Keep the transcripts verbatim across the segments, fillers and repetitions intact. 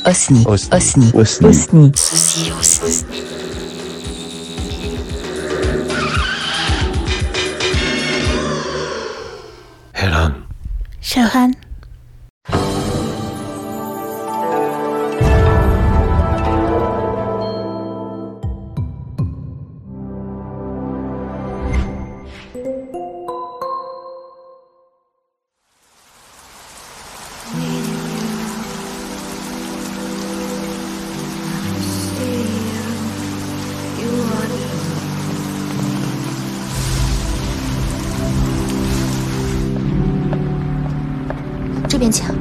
Osni. Osni. Osni. Osni. Osni. Ceci est Osni. Helen. 小韩。这边请。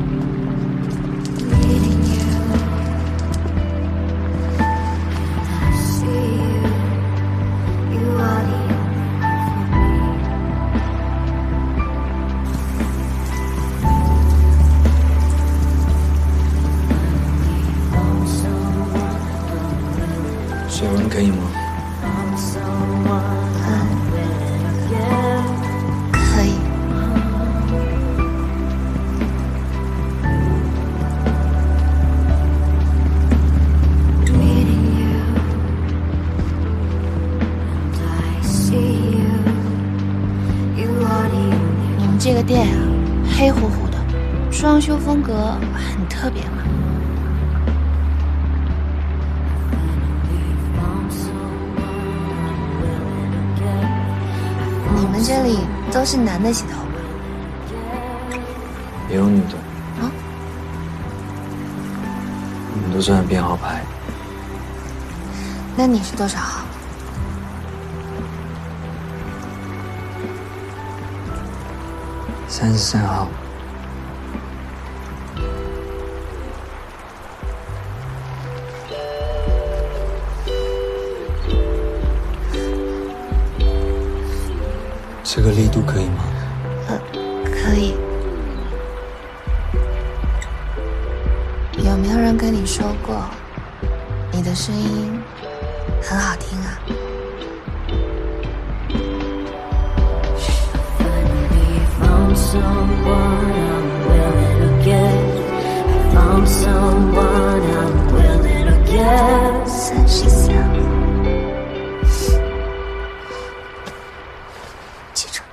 水温可以吗？ 可以。你们这个店啊，黑乎乎的，装修风格很特别嘛。你们这里都是男的洗头吗？ 也有女的。 啊？ 我们都是按编号排。 那你是多少号？ 三十三号。这个力度可以吗？ 呃，可以。有没有人跟你说过，你的声音很好听啊？三十三，记住。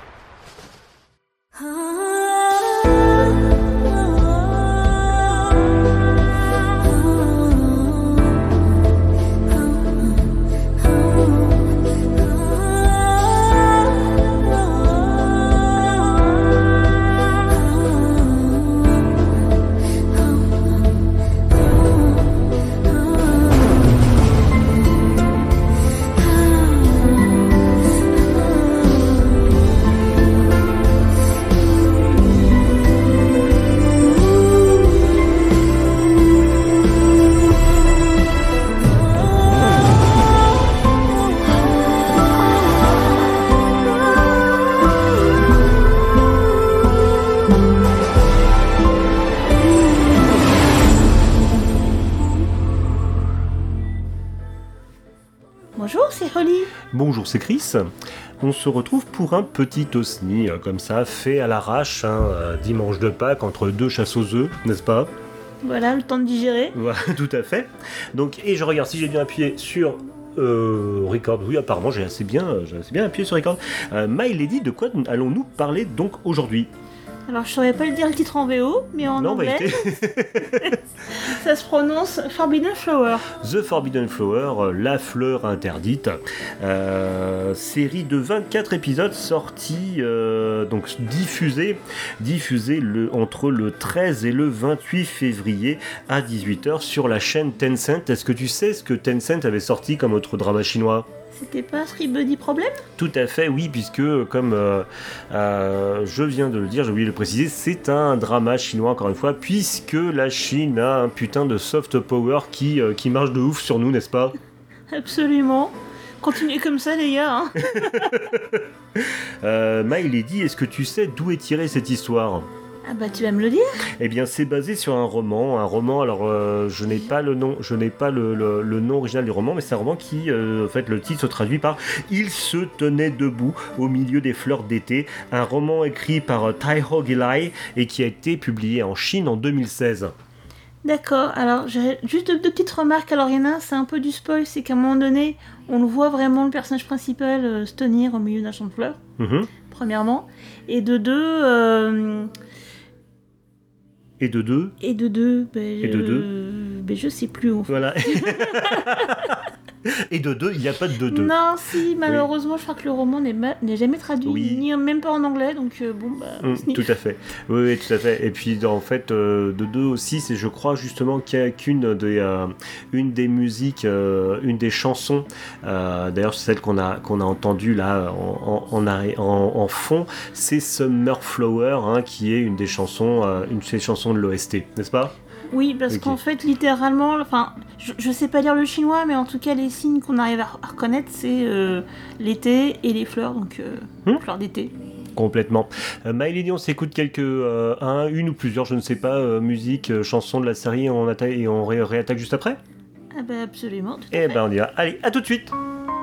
Bonjour, c'est Holly. Bonjour, c'est Chris. On se retrouve pour un petit Osni, euh, comme ça, fait à l'arrache, hein, euh, dimanche de Pâques, entre deux chasses aux œufs, n'est-ce pas? Voilà, le temps de digérer. Voilà, tout à fait. Donc, et je regarde si j'ai bien appuyé sur euh, record. Oui, apparemment, j'ai assez bien, j'ai assez bien appuyé sur record. Euh, My Lady, de quoi allons-nous parler donc aujourd'hui? Alors, je saurais pas le dire le titre en V O, mais en Non, anglais, bah, ça se prononce Forbidden Flower. The Forbidden Flower, la fleur interdite, euh, série de vingt-quatre épisodes sortis, euh, donc diffusée, diffusée le, entre le treize et le vingt-huit février à dix-huit heures sur la chaîne Tencent. Est-ce que tu sais ce que Tencent avait sorti comme autre drama chinois? C'était pas Three Body Problem? Tout à fait, oui, puisque comme euh, euh, je viens de le dire, j'ai oublié de le préciser, c'est un drama chinois encore une fois, puisque la Chine a un putain de soft power qui, euh, qui marche de ouf sur nous, n'est-ce pas? Absolument. Continuez comme ça, les gars. Hein. euh, My Lady, est-ce que tu sais d'où est tirée cette histoire? Ah bah tu vas me le dire. Eh bien, c'est basé sur un roman, un roman. Alors, euh, je n'ai pas le nom, je n'ai pas le, le, le nom original du roman, mais c'est un roman qui, euh, en fait, le titre se traduit par "Il se tenait debout au milieu des fleurs d'été", un roman écrit par euh, Taiho Gilai et qui a été publié en Chine en deux mille seize. D'accord, alors j'ai juste deux, deux petites remarques. Alors il y en a un, c'est un peu du spoil, c'est qu'à un moment donné, on le voit vraiment le personnage principal euh, se tenir au milieu d'un champ de fleurs, Mhm. premièrement. Et de deux, euh, Et de deux. et de deux, ben, Et de euh, deux ben, je sais plus en fait. Voilà. Et de deux, il n'y a pas de deux. Non, si, malheureusement, je crois que le roman n'est, ma- n'est jamais traduit, Oui. ni même pas en anglais, donc euh, bon, bah, Mm, sniff. tout à fait. Oui, oui, tout à fait. Et puis en fait, euh, de deux aussi, c'est je crois justement qu'il y a qu'une des, euh, une des musiques, euh, une des chansons. Euh, d'ailleurs, c'est celle qu'on a qu'on a entendue là en, en, en, arrêt- en- en fond, c'est Summer Flower, hein, qui est une des chansons, euh, une des chansons de l'O S T, n'est-ce pas? Oui, parce Ok. qu'en fait, littéralement, enfin, je, je sais pas lire le chinois, mais en tout cas, les signes qu'on arrive à, à reconnaître, c'est euh, l'été et les fleurs, donc euh, Hmm. fleurs d'été. Complètement. Euh, Maëlyn, on s'écoute quelques euh, un, une ou plusieurs, je ne sais pas, euh, musiques, euh, chansons de la série, on attaque et on ré- réattaque juste après. Ah bah absolument, tout à Eh fait. ben on y va. Allez, à tout de suite.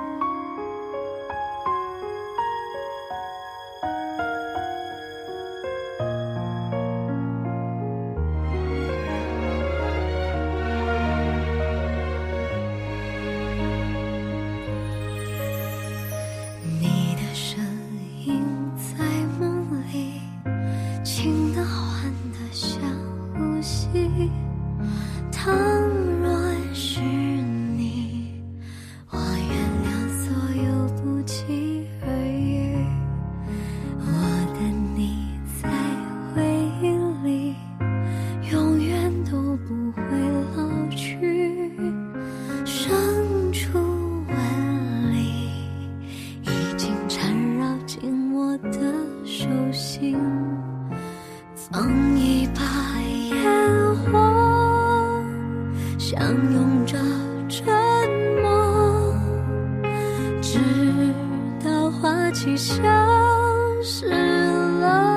你的声音在梦里，轻的缓的像呼吸。倘若是你，我原谅所有不期而遇。我的你在回忆里，永远都不会老去。生出纹理，已经缠绕进我的手心，放一把烟火，相拥着沉默，直到花期消失了。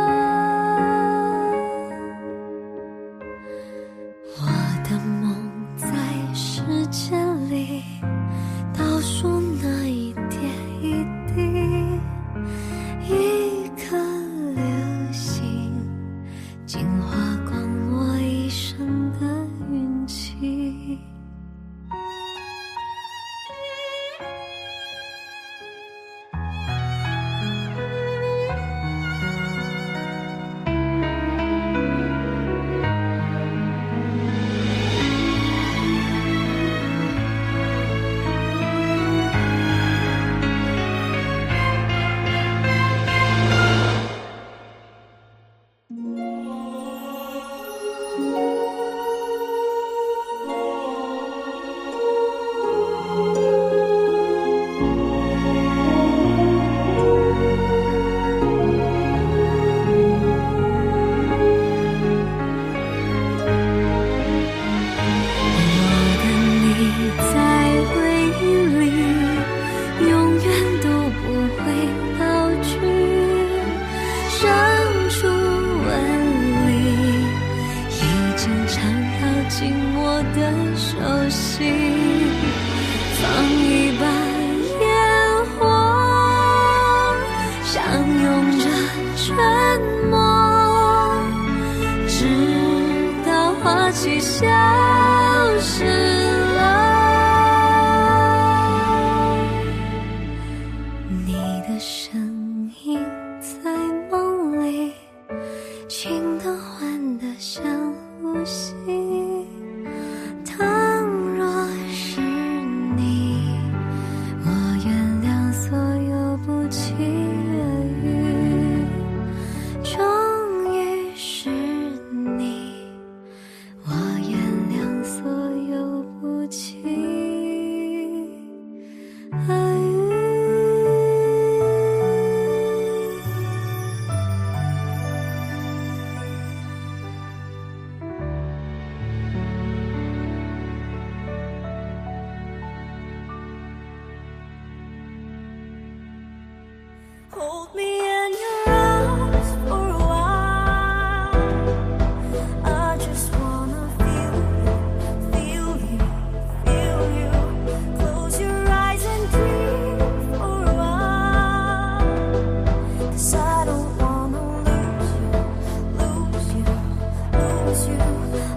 我的梦在时间里倒数那一点一滴，一颗流星竟花光我一生的运气。我的你在回忆里，永远都不会老去。生出纹理，已经缠绕进我的手心。放一把烟火，相拥着沉默，直到花期消失了。你的声音在梦里，轻的缓的像呼吸。倘若是你，我原谅所有不期而遇。终于是你，我原谅所有不期而遇。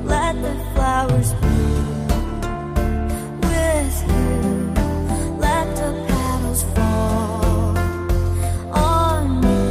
let the flowers bloom. With you, let the petals fall on you.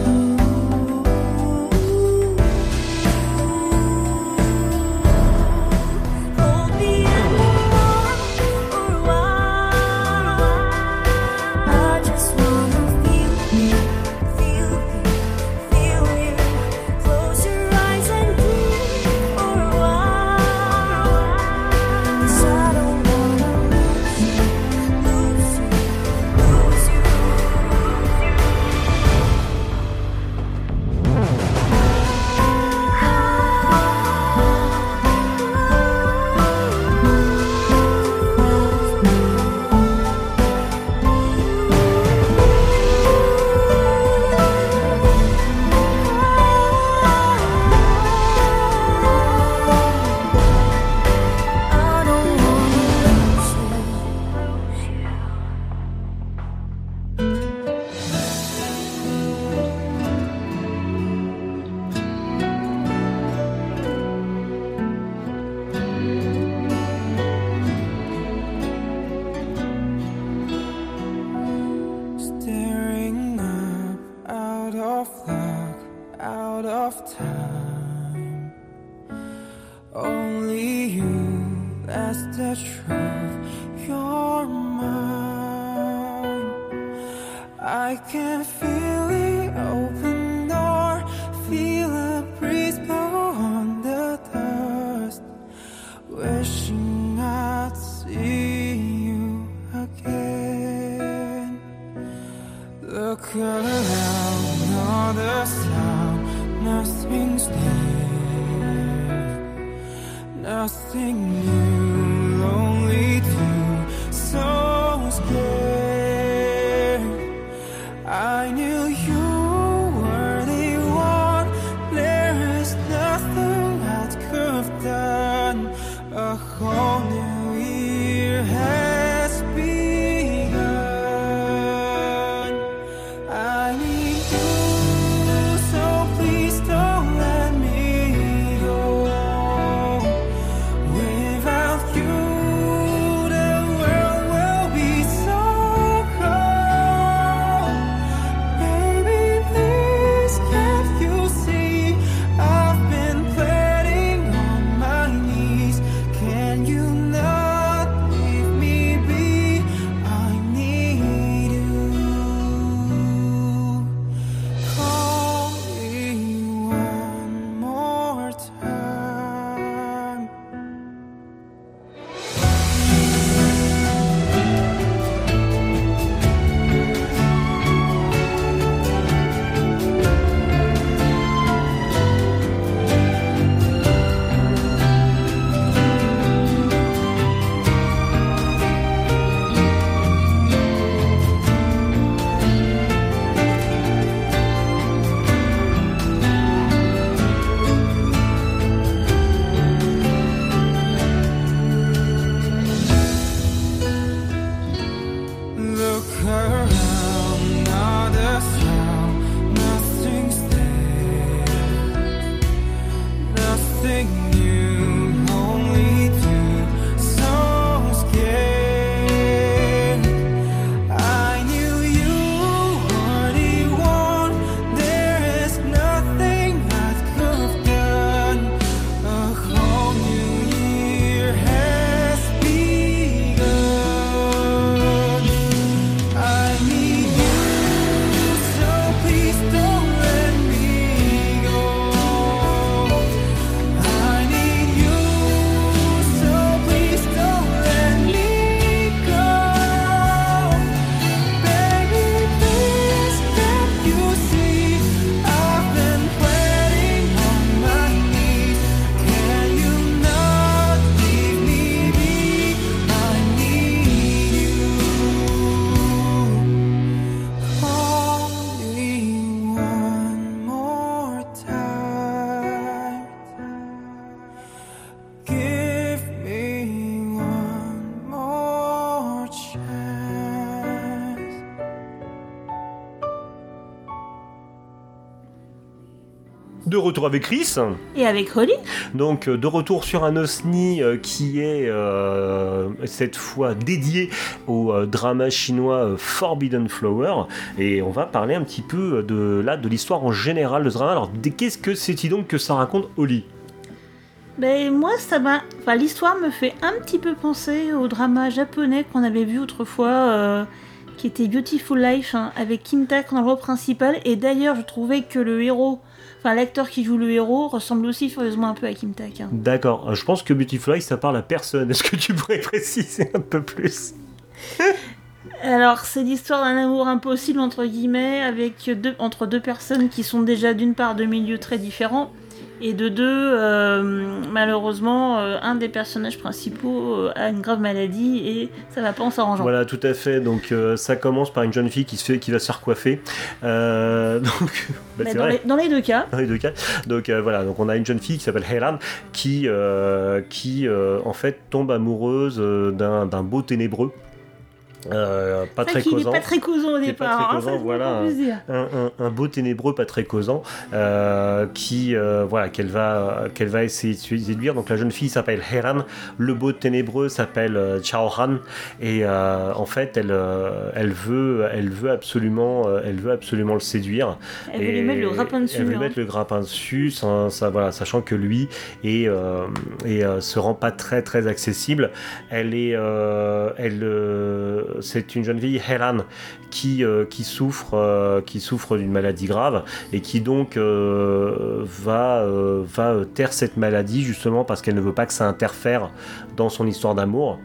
Hold me in your arms for a while. I just wanna feel you, feel you, feel you. Close your eyes and breathe for a while. 'Cause I don't wanna lose you, lose you, lose you. I don't wanna lose you. Staring up, out of luck, out of time. Only you, that's the truth. You're mine. I can feel the open door, feel a breeze blow on the dust. Wishing I'd see you again. Look around, not a sound, nothing's there, nothing new, lonely too, so scared. I knew you were the one, there is nothing I could have done. A whole new year has begun. I need you, so please don't let me go. Without you, de retour avec Chris. Et avec Holly. Donc de retour sur un OSNI euh, qui est euh, cette fois dédié au euh, drama chinois euh, Forbidden Flower. Et on va parler un petit peu de, là, de l'histoire en général de ce drama. Alors qu'est-ce que c'est-il donc que ça raconte, Holly ? Ben moi, ça m'a... Enfin, l'histoire me fait un petit peu penser au drama japonais qu'on avait vu autrefois, euh, qui était Beautiful Life, hein, avec Kim Tak dans le rôle principal. Et d'ailleurs, je trouvais que le héros, enfin l'acteur qui joue le héros, ressemble aussi furieusement un peu à Kim Tak. Hein. D'accord. Je pense que Beautiful Life, ça parle à personne. Est-ce que tu pourrais préciser un peu plus ? Alors, c'est l'histoire d'un amour impossible, entre guillemets, avec deux, entre deux personnes qui sont déjà d'une part de milieux très différents. Et de deux, euh, malheureusement, euh, un des personnages principaux euh, a une grave maladie et ça va pas en s'arrangeant. Voilà, tout à fait. Donc euh, ça commence par une jeune fille qui, se fait, qui va se faire coiffer. Euh, donc, bah, bah, c'est dans, vrai. les, dans les deux cas. Dans les deux cas. Donc euh, voilà, donc on a une jeune fille qui s'appelle Helen qui, euh, qui euh, en fait tombe amoureuse euh, d'un, d'un beau ténébreux. Euh, pas très causant. Pas très causant au départ. Pas très causant, hein, voilà, un, un, un beau ténébreux pas très causant euh, qui euh, voilà qu'elle va qu'elle va essayer de séduire. Donc la jeune fille s'appelle Heran, le beau ténébreux s'appelle euh, Chao Han et euh, en fait elle euh, elle veut elle veut absolument euh, elle veut absolument le séduire. Elle veut lui mettre le grappin dessus. Elle veut lui hein. mettre le grappin dessus, ça, ça, voilà, sachant que lui est euh, et euh, se rend pas très très accessible. Elle est euh, elle euh, c'est une jeune fille, Helen, qui, euh, qui, souffre, euh, qui souffre d'une maladie grave et qui donc euh, va, euh, va taire cette maladie justement parce qu'elle ne veut pas que ça interfère dans son histoire d'amour.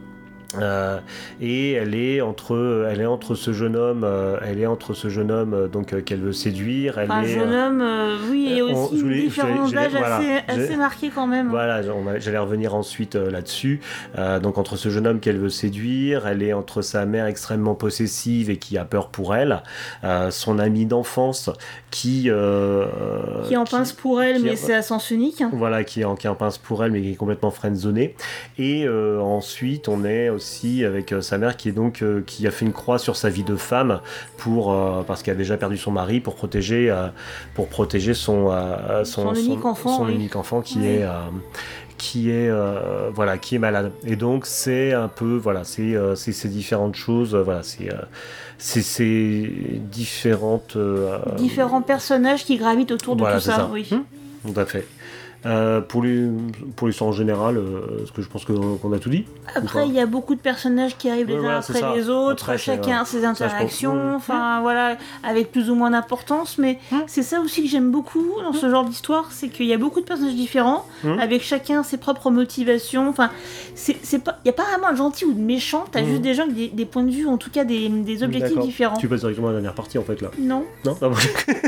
Euh, et elle est entre elle est entre ce jeune homme euh, elle est entre ce jeune homme euh, donc euh, qu'elle veut séduire elle enfin, est, jeune homme euh, oui et on, aussi voulais, une différence d'âge voilà, assez, assez marquée quand même. Voilà, on a, j'allais revenir ensuite euh, là-dessus. Euh, donc entre ce jeune homme qu'elle veut séduire, elle est entre sa mère extrêmement possessive et qui a peur pour elle, euh, son ami d'enfance qui euh, qui en qui, pince pour elle mais en, c'est à sens unique. Hein. Voilà, qui en, qui en pince pour elle mais qui est complètement friendzonée. Et euh, ensuite on est aussi avec euh, sa mère qui est donc euh, qui a fait une croix sur sa vie de femme pour euh, parce qu'elle a déjà perdu son mari pour protéger euh, pour protéger son euh, son, son, son unique enfant son oui. unique enfant qui oui. est euh, qui est euh, voilà qui est malade et donc c'est un peu voilà c'est euh, c'est ces différentes choses euh, voilà c'est euh, c'est ces différentes euh, différents personnages qui gravitent autour de voilà, tout ça, ça. oui mmh, tout à fait. Euh, pour les pour l'histoire en général, euh, est-ce que je pense que, qu'on a tout dit. Après, il y a beaucoup de personnages qui arrivent les ouais, uns ouais, après ça. les autres, après, chacun a ses interactions, ça, pense... enfin mmh. voilà, avec plus ou moins d'importance. Mais mmh. c'est ça aussi que j'aime beaucoup dans mmh. ce genre d'histoire, c'est qu'il y a beaucoup de personnages différents, mmh. avec chacun ses propres motivations. Enfin, c'est, c'est pas, il y a pas vraiment de gentil ou de méchant. T'as mmh. juste des gens avec des, des points de vue, en tout cas des, des objectifs D'accord. différents. Tu passes directement à la dernière partie en fait là. Non. Non. Ah, bon.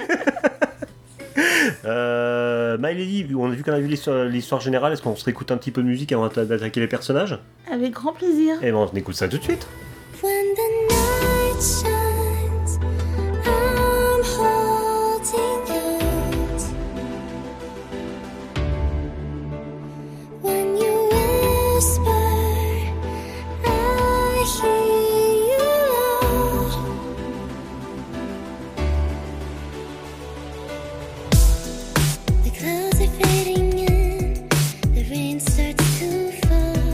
Euh, My Lady, on a vu qu'on a vu l'histoire, l'histoire générale, est-ce qu'on se réécoute un petit peu de musique avant d'attaquer les personnages ? Avec grand plaisir. Et ben on écoute ça tout de suite. When the night shines, I'm holding out. When you whisper, I hear you loud. The clouds are fading in, the rain starts to fall.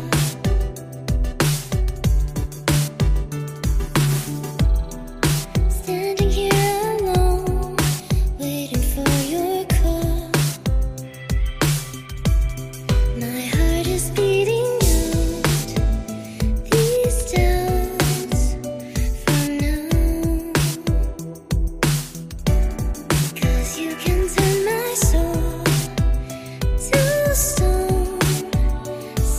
Standing here alone, waiting for your call. My heart is beating out these doubts for now. 'Cause you can turn my soul to stone,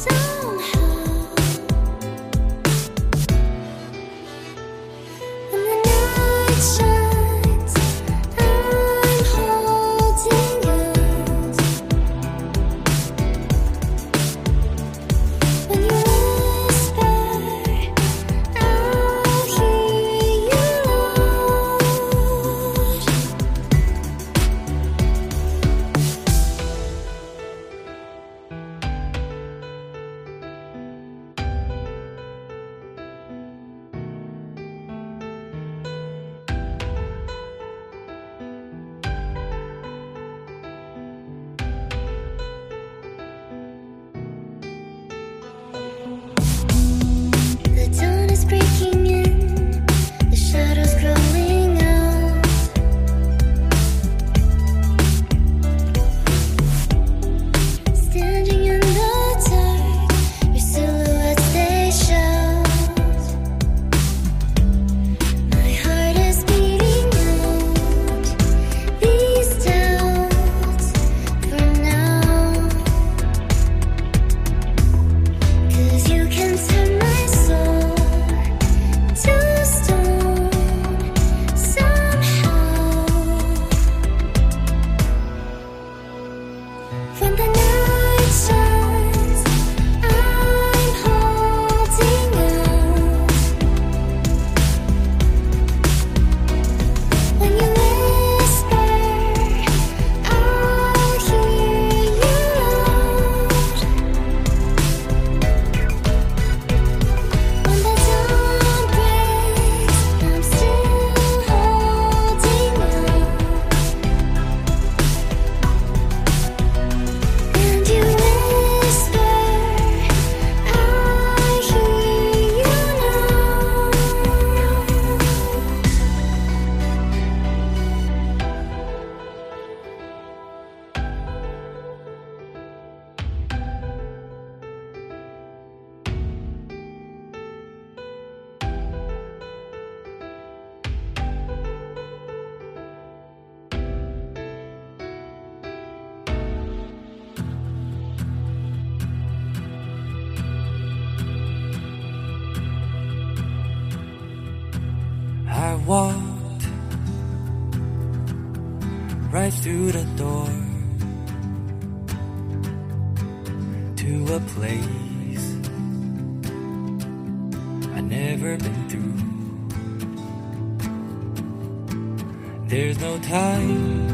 walked right through the door to a place I've never been through. There's no time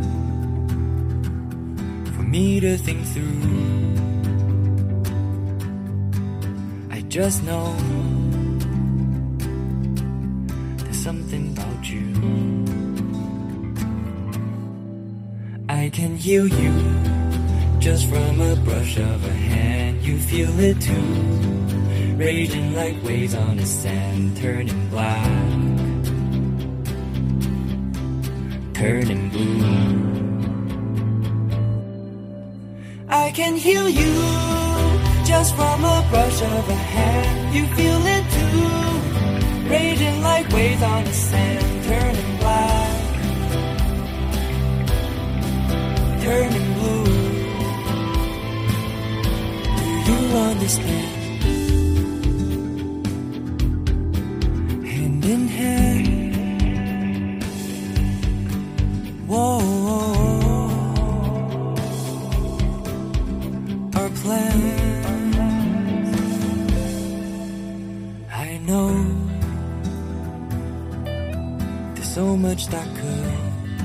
for me to think through. I just know there's something about you. I can heal you just from a brush of a hand. You feel it too, raging like waves on the sand, turning black, turning blue. I can heal you just from a brush of a hand. You feel it too, raging like waves on the sand, turning black, turning blue. Do you understand? Hand in hand. Whoa, whoa, whoa. Our plans, I know there's so much that could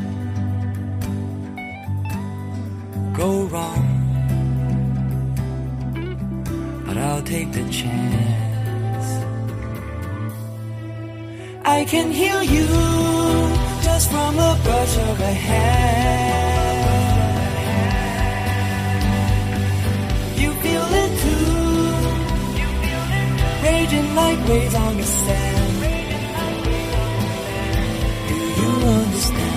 go wrong, but I'll take the chance. I can heal you just from a brush of a hand. You feel it too, raging like waves on the sand. Do you understand?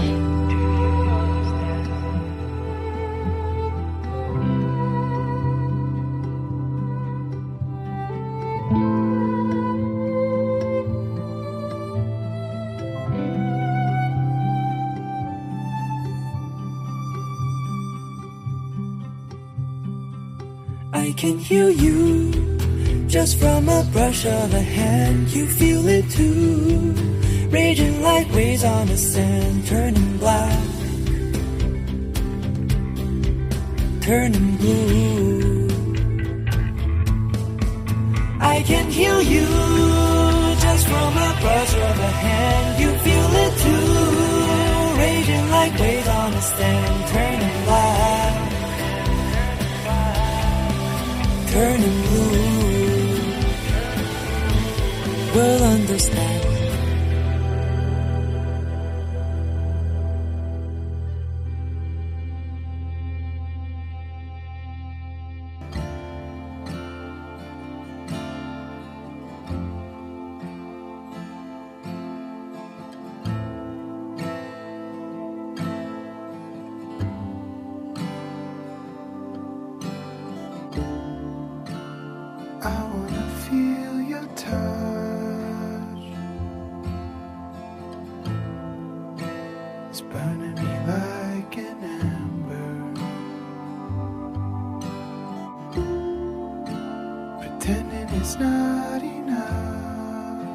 I can heal you just from a brush of a hand. You feel it too, raging like waves on the sand, turning black, turning blue. I can heal you just from a brush of a hand. You feel it too, raging like waves on the sand, turning black, turning blue. We'll understand. I wanna feel your touch. It's burning me like an ember. Pretending it's not enough.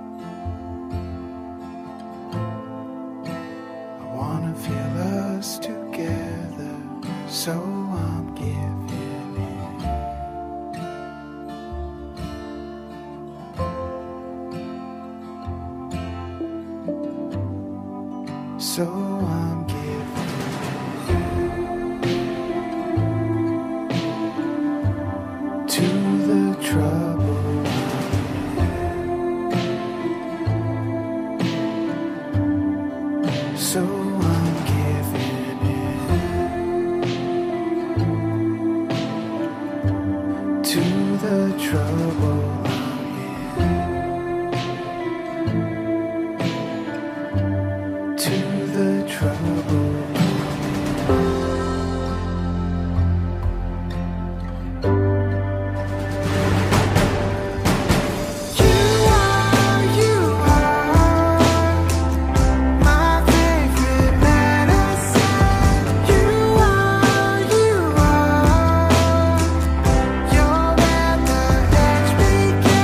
I wanna feel us together, so I'm giving in. So I'm giving to the trouble. So I'm giving in to the trouble. You're where the edge begins.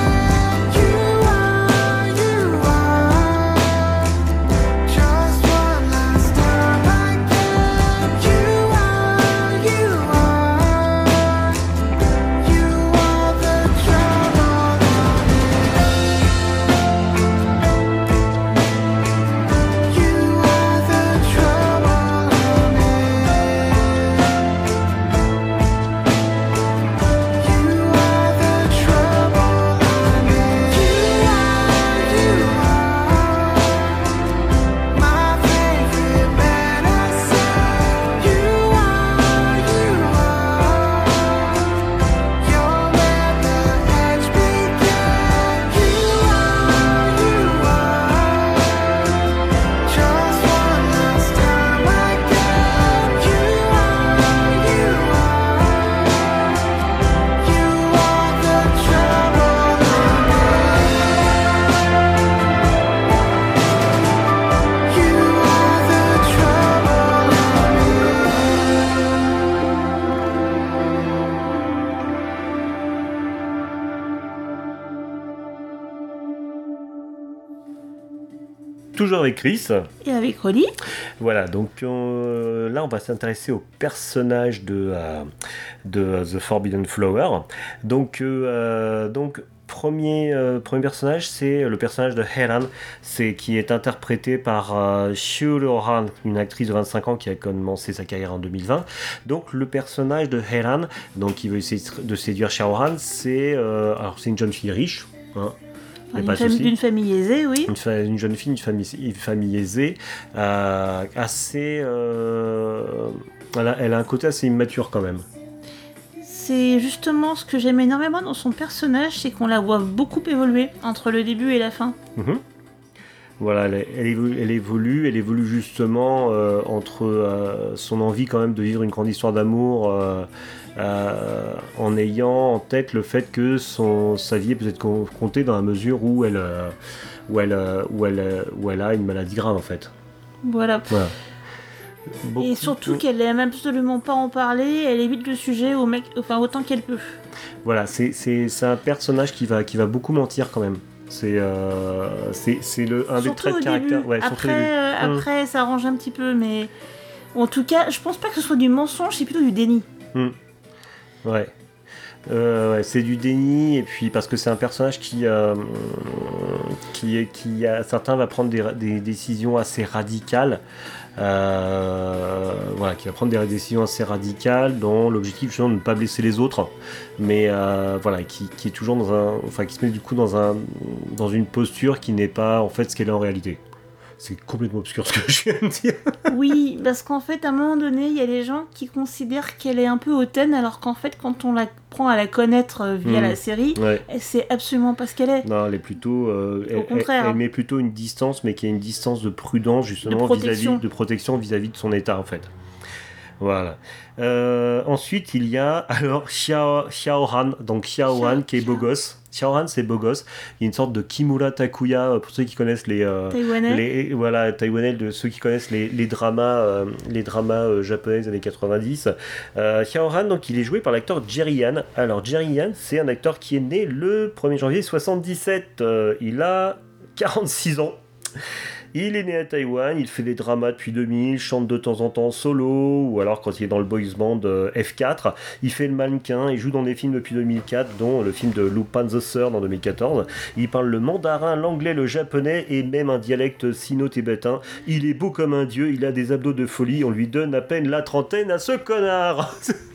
toujours avec Chris. Et avec Rolly. Voilà, donc euh, là on va s'intéresser au personnage de, euh, de The Forbidden Flower. Donc, euh, donc premier, euh, premier personnage, c'est le personnage de Helen, c'est, qui est interprété par euh, Seo Ro-han, une actrice de vingt-cinq ans qui a commencé sa carrière en deux mille vingt. Donc le personnage de Helen, donc qui veut essayer de séduire Seo Ro-han, c'est, euh, alors, c'est une jeune fille riche, hein. Enfin, une famille, d'une famille aisée, oui. Une, fa- une jeune fille, une famille, une famille aisée, euh, assez... Euh, elle, a, elle a un côté assez immature quand même. C'est justement ce que j'aime énormément dans son personnage, c'est qu'on la voit beaucoup évoluer entre le début et la fin. Mmh. Voilà, elle, elle, évolue, elle évolue, elle évolue justement euh, entre euh, son envie quand même de vivre une grande histoire d'amour, euh, euh, en ayant en tête le fait que son, sa vie est peut-être comptée dans la mesure où elle, euh, où, elle, euh, où, elle, euh, où elle a une maladie grave en fait. Voilà. Voilà. Beaucoup et surtout de... qu'elle n'aime absolument pas en parler, elle évite le sujet au mec, enfin, autant qu'elle peut. Voilà, c'est, c'est, c'est un personnage qui va, qui va beaucoup mentir quand même. C'est, euh, c'est, c'est le, un surtout des traits de au caractère. Début. Ouais, après, euh, mmh. après, ça arrange un petit peu, mais en tout cas, je pense pas que ce soit du mensonge, c'est plutôt du déni. Mmh. Ouais. Euh, ouais, c'est du déni, et puis parce que c'est un personnage qui, euh, qui, qui à certains va prendre des, des décisions assez radicales, euh, voilà, qui va prendre des décisions assez radicales dont l'objectif justement de ne pas blesser les autres, mais euh, voilà, qui, qui est toujours dans un, enfin qui se met du coup dans un, dans une posture qui n'est pas en fait ce qu'elle est en réalité. C'est complètement obscur ce que je viens de dire. Oui, parce qu'en fait, à un moment donné, il y a des gens qui considèrent qu'elle est un peu hautaine, alors qu'en fait, quand on apprend à la connaître via mmh. la série, ouais. elle sait absolument pas ce qu'elle est. Non, elle est plutôt... Euh, Au elle, contraire. Elle, elle met plutôt une distance, mais qui est une distance de prudence, justement, de protection. vis-à-vis de protection vis-à-vis de son état, en fait. Voilà. Euh, ensuite, il y a alors Xiao, Xiao Han, donc Xiao Han qui est beau gosse. Xiao Han, c'est beau gosse. Il y a une sorte de Kimura Takuya, pour ceux qui connaissent les... Euh, Taïwanais. Les, voilà, Taïwanais, de ceux qui connaissent les, les dramas, euh, les dramas euh, japonais des années quatre-vingt-dix. Euh, Xiao Han, donc, il est joué par l'acteur Jerry Yan. Alors, Jerry Yan, c'est un acteur qui est né le premier janvier soixante-dix-sept. Euh, il a quarante-six ans. Il est né à Taïwan, il fait des dramas depuis deux mille, chante de temps en temps solo, ou alors quand il est dans le boys band euh, F quatre, il fait le mannequin, il joue dans des films depuis deux mille quatre, dont le film de Lupin the Third en deux mille quatorze. Il parle le mandarin, l'anglais, le japonais et même un dialecte sino-tibétain. Il est beau comme un dieu, il a des abdos de folie, on lui donne à peine la trentaine à ce connard.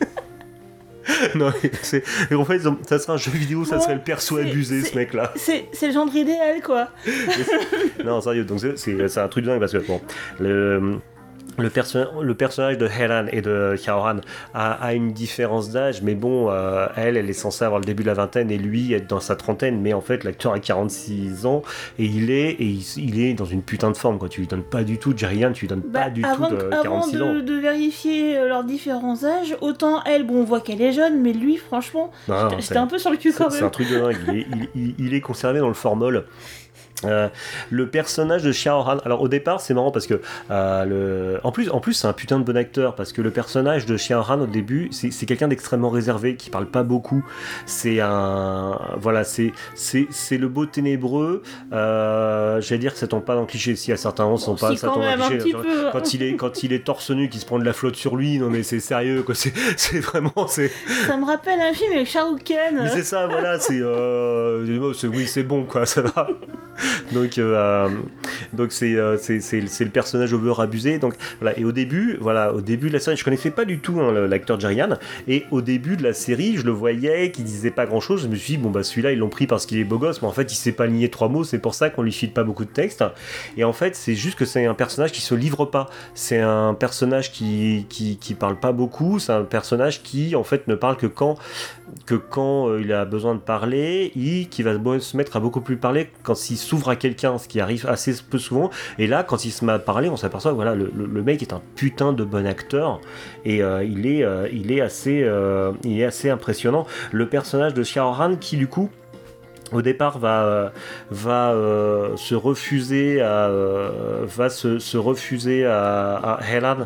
Non, c'est... en fait, ça serait un jeu vidéo, ça bon, serait le perso abusé, ce mec-là. C'est, c'est le genre idéal, quoi. Non, sérieux, donc c'est, c'est, c'est un truc dingue parce que bon, le. Le, perso- le personnage de Helen et de Xiao Han a, a une différence d'âge, mais bon, euh, elle, elle est censée avoir le début de la vingtaine et lui être dans sa trentaine, mais en fait, l'acteur a quarante-six ans et il est, et il, il est dans une putain de forme, quoi. Tu lui donnes pas du tout de Jerry Han, tu lui donnes bah, pas du avant, tout de quarante-six avant ans. de, de vérifier leurs différents âges, autant elle, bon, on voit qu'elle est jeune, mais lui, franchement, non, j'étais, j'étais un peu sur le cul quand c'est, même. C'est un truc de dingue, il est, il, il, il est conservé dans le formol. Euh, le personnage de Xiao Han, alors au départ c'est marrant parce que euh, le... en plus en plus c'est un putain de bon acteur parce que le personnage de Xiao Han au début c'est, c'est quelqu'un d'extrêmement réservé qui parle pas beaucoup, c'est un voilà c'est c'est c'est le beau ténébreux, euh, j'allais dire que ça tombe pas dans le cliché, si à certains moments ça tombe bon, pas si ça tombe dans le cliché genre, quand il est quand il est torse nu, qu'il se prend de la flotte sur lui, non mais c'est sérieux quoi, c'est c'est vraiment c'est ça me rappelle un film avec Shah Rukh Khan. Mais c'est ça, voilà, c'est, euh, c'est oui c'est bon quoi, ça va. Donc, euh, donc c'est, euh, c'est, c'est, c'est le personnage over abusé. Donc, voilà. Et au début, voilà, au début de la série, je connaissais pas du tout hein, l'acteur Jerry Han. Et au début de la série, je le voyais, qu'il disait pas grand chose. Je me suis dit, bon, bah celui-là, ils l'ont pris parce qu'il est beau gosse. Mais en fait, il sait pas aligner trois mots. C'est pour ça qu'on lui file pas beaucoup de texte. Et en fait, c'est juste que c'est un personnage qui se livre pas. C'est un personnage qui, qui, qui parle pas beaucoup. C'est un personnage qui, en fait, ne parle que quand, que quand euh, il a besoin de parler. Et qui va se mettre à beaucoup plus parler quand il s'ouvre à quelqu'un, ce qui arrive assez peu souvent, et là quand il se met à parler on s'aperçoit que voilà, le, le, le mec est un putain de bon acteur et euh, il, est, euh, il, est assez, euh, il est assez impressionnant. Le personnage de Xiao Han qui du coup au départ va, euh, va euh, se refuser à, euh, va se, se refuser à, à Helen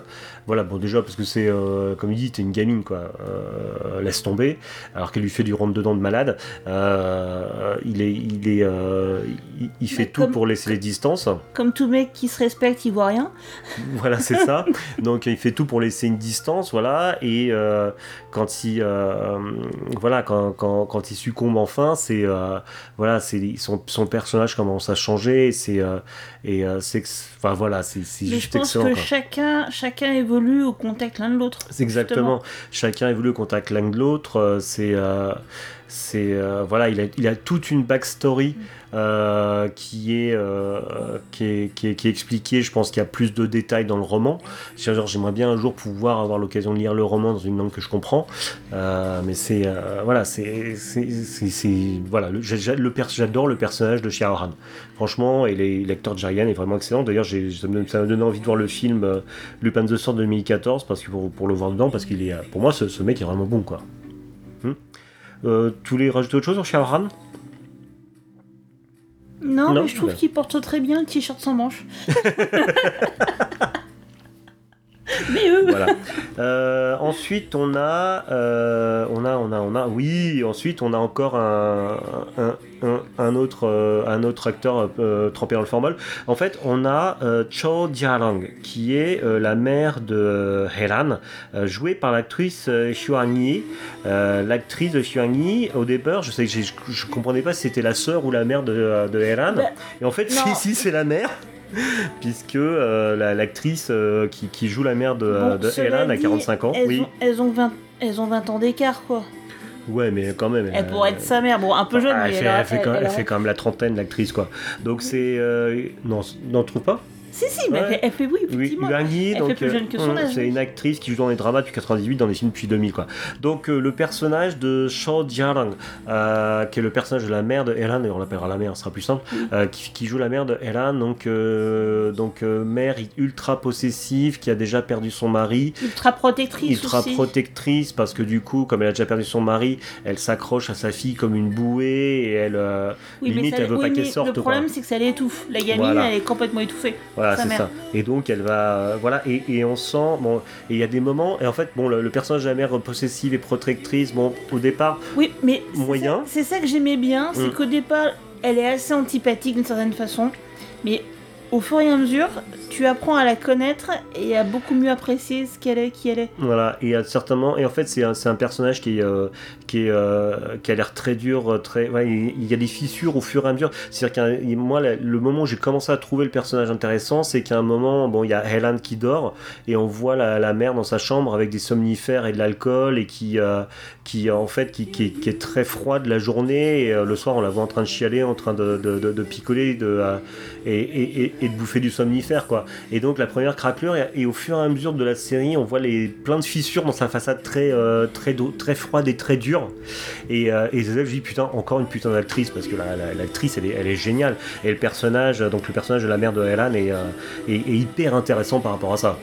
Voilà, bon déjà parce que c'est, euh, comme il dit, t'es une gamine quoi, euh, laisse tomber, alors qu'elle lui fait du rentre-dedans de malade. Euh, il est, il est, euh, il, il fait Mais tout comme- pour laisser les distances. Comme tout mec qui se respecte, il voit rien. Voilà, c'est ça. Donc il fait tout pour laisser une distance, voilà. Et euh, quand il, euh, voilà, quand, quand, quand il succombe enfin, c'est, euh, voilà, c'est son, son personnage commence à changer. Et c'est, euh, et euh, c'est, enfin voilà, c'est, c'est Mais je juste pense excellent. que quoi. chacun, chacun évolue au contact l'un de l'autre. C'est exactement. Chacun évolue au contact l'un de l'autre. euh, C'est, euh, c'est, euh, voilà, il a, il a toute une backstory euh, qui est, euh, qui est, qui est, qui est expliquée. Je pense qu'il y a plus de détails dans le roman. Genre, j'aimerais bien un jour pouvoir avoir l'occasion de lire le roman dans une langue que je comprends. Euh, mais c'est, euh, voilà, c'est, c'est, c'est, c'est- voilà, le, j'ai- le pers- j'adore le personnage de Shia-Rukh. Franchement, et les, l'acteur de Jarian est vraiment excellent. D'ailleurs, j'ai, ça me ça m'a donné envie de voir le film euh, Lupin the Sword de deux mille quatorze parce que pour, pour le voir dedans, parce qu'il est, euh, pour moi, ce, ce mec est vraiment bon, quoi. Hmm. Euh, tu voulais rajouter autre chose sur Shia-Rukh? Non, Non, mais je trouve bah. qu'il porte très bien le t-shirt sans manches. Mais eux, Voilà. Euh, ensuite, on a, euh, on a, on a, on a, oui. Ensuite, on a encore un, un, un, un autre, euh, un autre acteur euh, trempé dans le formol. En fait, on a euh, Cho Jia-rang, qui est euh, la mère de euh, Heran, euh, jouée par l'actrice euh, Xuan Yi. Euh, l'actrice de Xuan Yi, au départ, je sais que j'ai- je, je comprenais pas si c'était la sœur ou la mère de, de Heran. Bah, Et en fait, non. si, si, c'est la mère. Puisque euh, la- l'actrice euh, qui, qui joue la mère de, bon, de cela Heran a dit, quarante-cinq ans. Elles, Oui. ont, elles, ont vingt, elles ont vingt ans d'écart, quoi. Ouais, mais quand même. Elle pourrait être sa mère, bon, un peu jeune, Ah, elle, mais fait, elle, elle, fait quand, elle elle- fait quand même la trentaine, l'actrice, quoi. Donc c'est. Euh, non, non, tu trouves pas? Si, si, mais Ouais. elle, fait, elle fait oui, Oui, effectivement. Yuan Yi, Elle donc, fait plus jeune que son euh, âge, c'est oui. une actrice qui joue dans les dramas depuis quatre-vingt-dix-huit, dans les films depuis deux mille, quoi. Donc euh, le personnage de Cho Jia-rang, euh, qui est le personnage de la mère de Heran, et on l'appellera la mère, ce sera plus simple, euh, qui, qui joue la mère de Heran, donc, euh, donc euh, mère ultra possessive, qui a déjà perdu son mari, Ultra protectrice ultra aussi. protectrice, parce que du coup, comme elle a déjà perdu son mari, elle s'accroche à sa fille comme une bouée, et elle, euh, Oui, mais limite, ça- elle veut oui, pas mais qu'elle sorte. le problème, quoi. c'est que ça l'étouffe. La gamine, Voilà. elle est complètement étouffée. Voilà, sa c'est mère. ça. Et donc elle va, euh, voilà, et, et on sent, bon, et il y a des moments, et en fait, bon, le, le personnage de la mère possessive et protectrice, bon, au départ, Oui, mais c'est Moyen. ça- c'est ça que j'aimais bien, c'est Mm. qu'au départ, elle est assez antipathique d'une certaine façon, mais au fur et à mesure, tu apprends à la connaître et à beaucoup mieux apprécier ce qu'elle est, qui elle est. voilà, et à certains moments, et en fait, c'est un, c'est un personnage qui, est, euh, qui, est, euh, qui a l'air très dur, très, ouais, il, il y a des fissures au fur et à mesure. C'est-à-dire que moi, la- le moment où j'ai commencé à trouver le personnage intéressant, c'est qu'à un moment, bon, il y a Helan qui dort, et on voit la, la mère dans sa chambre avec des somnifères et de l'alcool, et qui, euh, qui en fait, qui, qui, est, qui est très froide la journée, et euh, le soir, on la voit en train de chialer, en train de, de, de, de picoler, de, euh, et, et, et, et de bouffer du somnifère, quoi. Et donc la première craquelure, et, et au fur et à mesure de la série, on voit les, plein de fissures dans sa façade très, euh, très, do- très froide et très dure. Et, euh, et c'est là que je dis, putain, encore une putain d'actrice, parce que la, la- l'actrice, elle est, elle est géniale. Et le personnage, donc le personnage de la mère de Helan est, euh, est, est hyper intéressant par rapport à ça.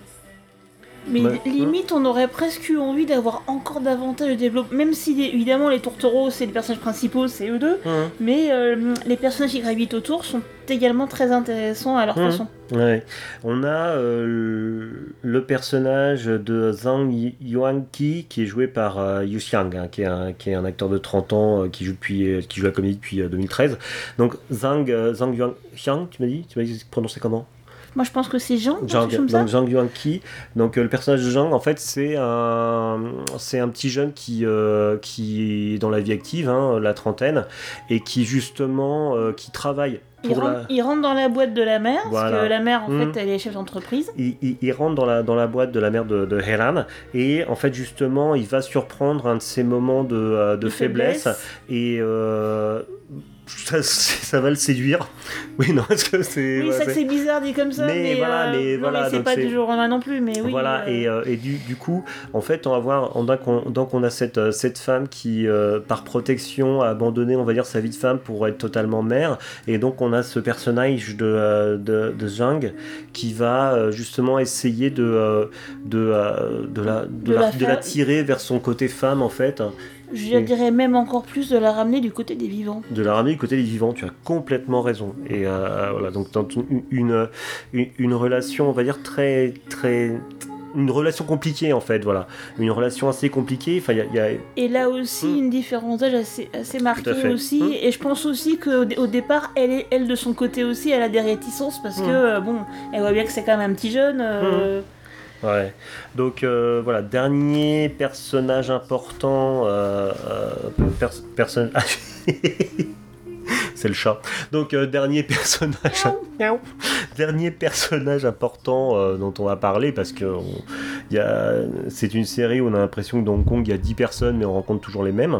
Mais Ouais. limite, on aurait presque eu envie d'avoir encore davantage de développement, même si évidemment les tourtereaux, c'est les personnages principaux, c'est eux deux, mais euh, les personnages qui gravitent autour sont également très intéressants à leur Mmh. façon. Ouais. On a euh, le, le personnage de Zhang Yuanqi qui est joué par euh, Yu Xiang, hein, qui, est un, qui est un acteur de trente ans euh, qui joue depuis euh, qui joue la comédie depuis euh, deux mille treize. Donc Zhang euh, Zhang Yuanxiang, tu m'as dit, tu m'as dit prononcer comment? Moi, je pense que c'est Jean, quelque Zhang, chose comme ça. donc Zhang Yuanqi. Donc euh, le personnage de Zhang, en fait, c'est un, c'est un petit jeune qui, euh, qui est dans la vie active, hein, la trentaine, et qui justement, euh, qui travaille Il pour rentre, la. il rentre dans la boîte de la mère, Voilà. parce que la mère, en Mmh. fait, elle est chef d'entreprise. Il, il- il rentre dans la, dans la boîte de la mère de, de Heran, et en fait, justement, il va surprendre un de ses moments de, euh, de De faiblesse, faiblesse. et. euh, ça, ça va le séduire. Oui, non, parce que c'est. Oui, voilà, ça que c'est- c'est bizarre dit comme ça, Mais mais, voilà, euh, mais non, voilà, mais c'est donc pas c'est- du jour au lendemain non plus, mais oui. Voilà, euh, et, euh, et du, du coup, en fait, on va voir, on, donc, on, donc on a cette, euh, cette femme qui, euh, par protection, a abandonné, on va dire, sa vie de femme pour être totalement mère, et donc on a ce personnage de, euh, de, de Zhang qui va euh, justement essayer de, euh, de, euh, de, la, de, De la, la de la faire- tirer vers son côté femme, en fait, je dirais même encore plus de la ramener du côté des vivants. de la ramener du côté des vivants. Tu as complètement raison. Et euh, voilà, donc dans une, une, une, une relation, on va dire, très, très, une relation compliquée en fait, voilà, une relation assez compliquée. Enfin, il y, y a. Et là aussi mmh. une différence d'âge assez, assez marquée aussi. Mmh. Et je pense aussi qu'au au départ, elle, est, elle de son côté aussi, elle a des réticences parce mmh. que euh, bon, elle voit bien que c'est quand même un petit jeune. Euh... Mmh. Ouais. Donc euh, voilà, dernier personnage important. Euh, euh, pers- personnage. C'est le chat. Donc euh, dernier personnage, dernier personnage important euh, dont on va parler parce que on, y a, c'est une série où on a l'impression que dans Hong Kong il y a dix personnes mais on rencontre toujours les mêmes.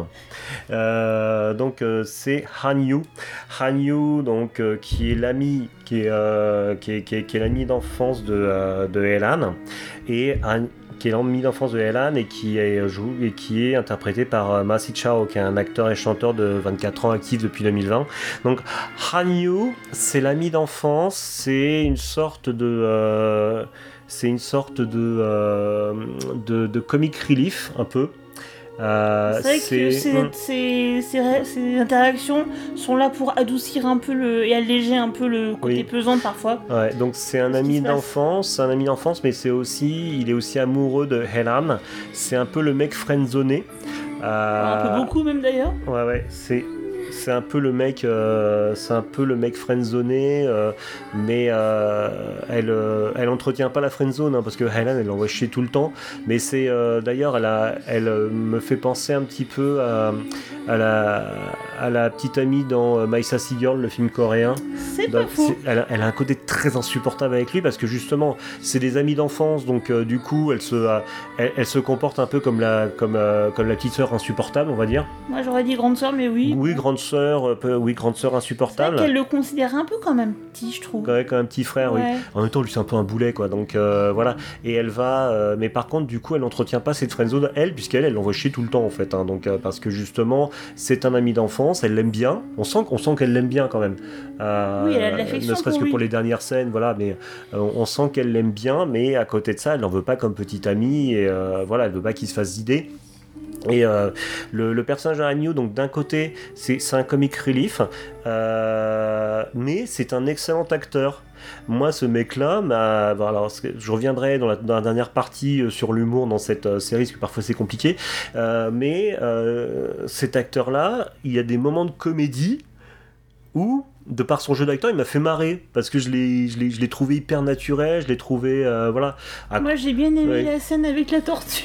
Euh, donc euh, c'est Han Yu, Han Yu donc euh, qui est l'ami qui est, euh, qui est, qui est, qui est l'ami d'enfance de euh, de Elan et Han, qui est l'ami d'enfance de Elan et qui est joué et qui est interprété par euh, Ma Si-chao, qui est un acteur et chanteur de vingt-quatre ans actif depuis deux mille vingt. Donc Han Yu, c'est l'ami d'enfance, c'est une sorte de euh, c'est une sorte de, euh, de de comic relief un peu. Euh, c'est vrai c'est... que ces, mmh. ces, ces, ces interactions sont là pour adoucir un peu le, et alléger un peu le côté oui. pesant parfois. Ouais, donc c'est un ami d'enfance, c'est un ami d'enfance, mais c'est aussi, il est aussi amoureux de Helan. C'est un peu le mec friendzoné. Euh... Un peu beaucoup même d'ailleurs. Ouais ouais, c'est c'est un peu le mec, euh, c'est un peu le mec friendzoné, euh, mais euh, elle, euh, elle entretient pas la friendzone hein, parce que Helen, elle l'envoie chier tout le temps. Mais c'est euh, d'ailleurs, elle, a, elle me fait penser un petit peu à, à la, à la petite amie dans My Sassy Girl, le film coréen. C'est donc, pas fou. C'est, elle, a, elle a un côté très insupportable avec lui parce que justement, c'est des amis d'enfance, donc euh, du coup, elle se, euh, elle, elle se comporte un peu comme la, comme, euh, comme la petite sœur insupportable, on va dire. Moi, j'aurais dit grande sœur, mais oui. Oui, grande sœur, peu, oui, grande sœur insupportable. C'est vrai qu'elle le considère un peu comme un petit, je trouve. Ouais, comme un petit frère, ouais. oui. En même temps, lui, c'est un peu un boulet, quoi. Donc euh, voilà. Et elle va, euh, mais par contre, du coup, elle n'entretient pas cette friendzone, elle, puisqu'elle, elle l'envoie chier tout le temps, en fait. Hein, donc euh, parce que justement, c'est un ami d'enfance, elle l'aime bien. On sent, on sent qu'elle l'aime bien quand même. Euh, oui, elle a de l'affection. Ne serait-ce pour que lui. pour les dernières scènes, voilà. Mais euh, on sent qu'elle l'aime bien, mais à côté de ça, elle n'en veut pas comme petite amie. Et euh, voilà, elle veut pas qu'il se fasse d'idées. Et euh, le, le personnage de Han Yu, donc d'un côté, c'est, c'est un comic relief, euh, mais c'est un excellent acteur. Moi, ce mec-là, bah, alors, je reviendrai dans la, dans la dernière partie euh, sur l'humour dans cette euh, série, parce que parfois c'est compliqué, euh, mais euh, cet acteur-là, il y a des moments de comédie où, de par son jeu d'acteur, il m'a fait marrer, parce que je l'ai, je l'ai, je l'ai trouvé hyper naturel, je l'ai trouvé, euh, voilà. Ah, moi, j'ai bien aimé ouais. la scène avec la tortue.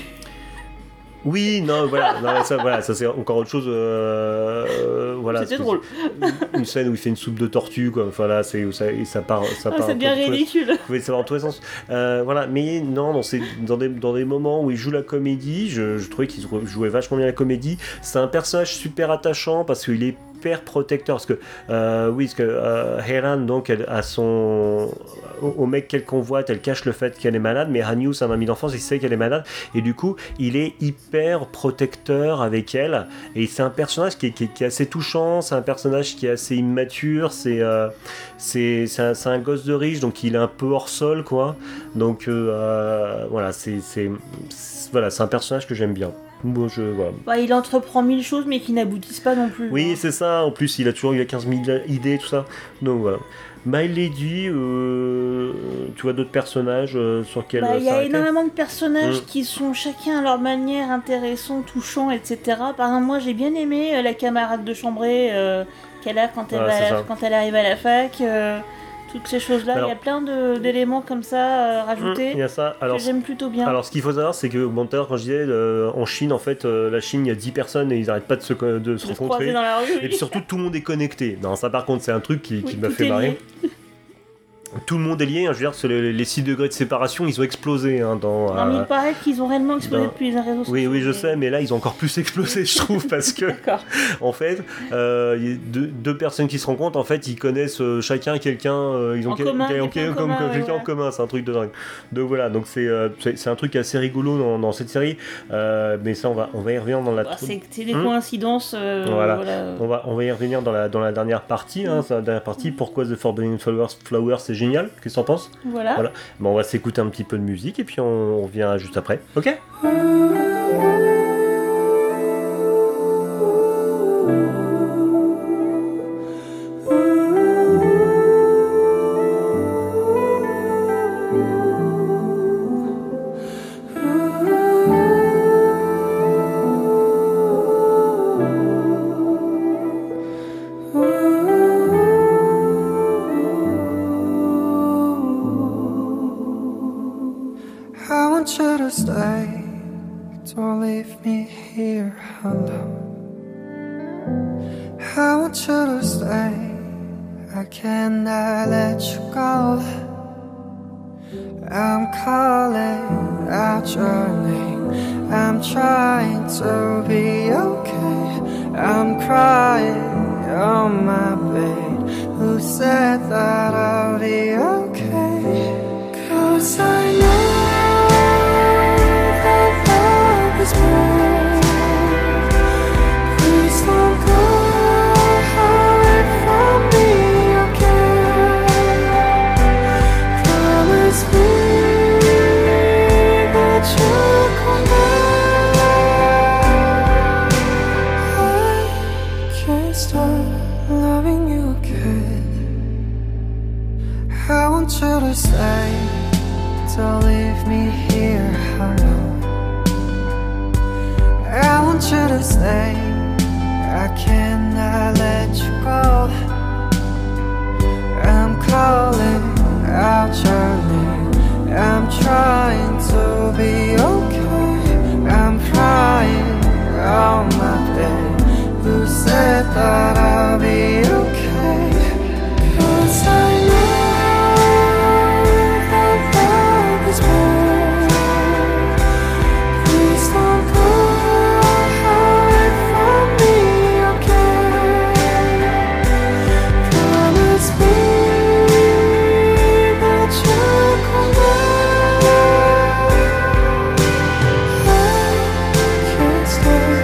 Oui, non, voilà, non, ça, voilà, ça c'est encore autre chose. Euh, euh, voilà, c'était drôle. Une scène où il fait une soupe de tortue, quoi. Enfin là, c'est ça, et ça part, ça ah, part. C'est bien ridicule. Vous pouvez savoir dans tous les sens. Euh, voilà, mais non, dans, ces, dans, des, dans des moments où il joue la comédie, je, je trouvais qu'il jouait vachement bien la comédie. C'est un personnage super attachant parce qu'il est hyper protecteur, parce que euh, oui, parce que euh, Helan, donc, elle, à son au, au mec qu'elle convoite, elle cache le fait qu'elle est malade, mais Han Yu, c'est un ami d'enfance, il sait qu'elle est malade, et du coup, il est hyper protecteur avec elle, et c'est un personnage qui est, qui est, qui est assez touchant, c'est un personnage qui est assez immature, c'est euh, c'est, c'est, un, c'est un gosse de riche, donc il est un peu hors sol, quoi, donc euh, voilà, c'est, c'est, c'est voilà, c'est un personnage que j'aime bien. Bon, je, voilà. Bah, il entreprend mille choses mais qui n'aboutissent pas non plus. Oui, hein. c'est ça. En plus, il a toujours eu quinze mille idées, tout ça. Donc voilà. My Lady, euh, tu vois d'autres personnages euh, sur lesquels bah, il y a énormément de personnages mmh. qui sont chacun à leur manière intéressants, touchants, et cetera. Par exemple, moi j'ai bien aimé euh, la camarade de chambrée euh, qu'elle a quand elle, ah, va la, quand elle arrive à la fac. Euh, toutes ces choses-là, il y a plein de, d'éléments comme ça euh, rajoutés il y a ça. Alors, que j'aime plutôt bien. Alors ce qu'il faut savoir, c'est que bon, tout à l'heure quand je disais euh, en Chine, en fait, euh, la Chine, il y a dix personnes et ils n'arrêtent pas de se, de se de rencontrer. Se dans la rue, et puis surtout, tout le monde est connecté. Non, ça par contre, c'est un truc qui, oui, qui m'a fait marrer. Tout le monde est lié, hein, je veux dire, les, les six degrés de séparation, ils ont explosé. Hein, dans, non, mais euh, il paraît qu'ils ont réellement explosé dans... depuis les réseaux sociaux. Oui, oui, je sais, mais là, ils ont encore plus explosé, je trouve, parce que, en fait, euh, y a deux, deux personnes qui se rencontrent, en fait, ils connaissent euh, chacun quelqu'un, euh, ils ont en quel, commun, quel, quelqu'un, quel, commun, comme, ouais, quelqu'un ouais. en commun, c'est un truc de dingue. Donc voilà, donc c'est, euh, c'est, c'est un truc assez rigolo dans, dans cette série, euh, mais ça, on va, on va y revenir dans la... Bah, c'est, c'est des hum coïncidences. Euh, voilà, voilà. On, va, on va y revenir dans la, dans la dernière partie, hein, c'est la dernière partie, pourquoi The Forbidden Flowers, Flowers c'est génial, qu'est-ce que t'en penses ? Voilà. Voilà. Bon, on va s'écouter un petit peu de musique et puis on, on revient juste après. Ok ? I want you to stay. I cannot let you go. I'm calling out your name. I'm trying to be okay. I'm crying on my bed. Who said that I'll be okay? 'Cause I know that love is more. Please don't go away from me again. Promise me that you'll come back. I can't stop loving you again. I want you to stay. Don't leave me here alone. I want you to stay. I cannot let you go. I'm calling out your name. I'm trying to be okay. I'm crying on my bed. Who said that I'll be okay? 'Cause I know that love is more. Please don't go away from me again. Promise me that you'll come back. I can't stay.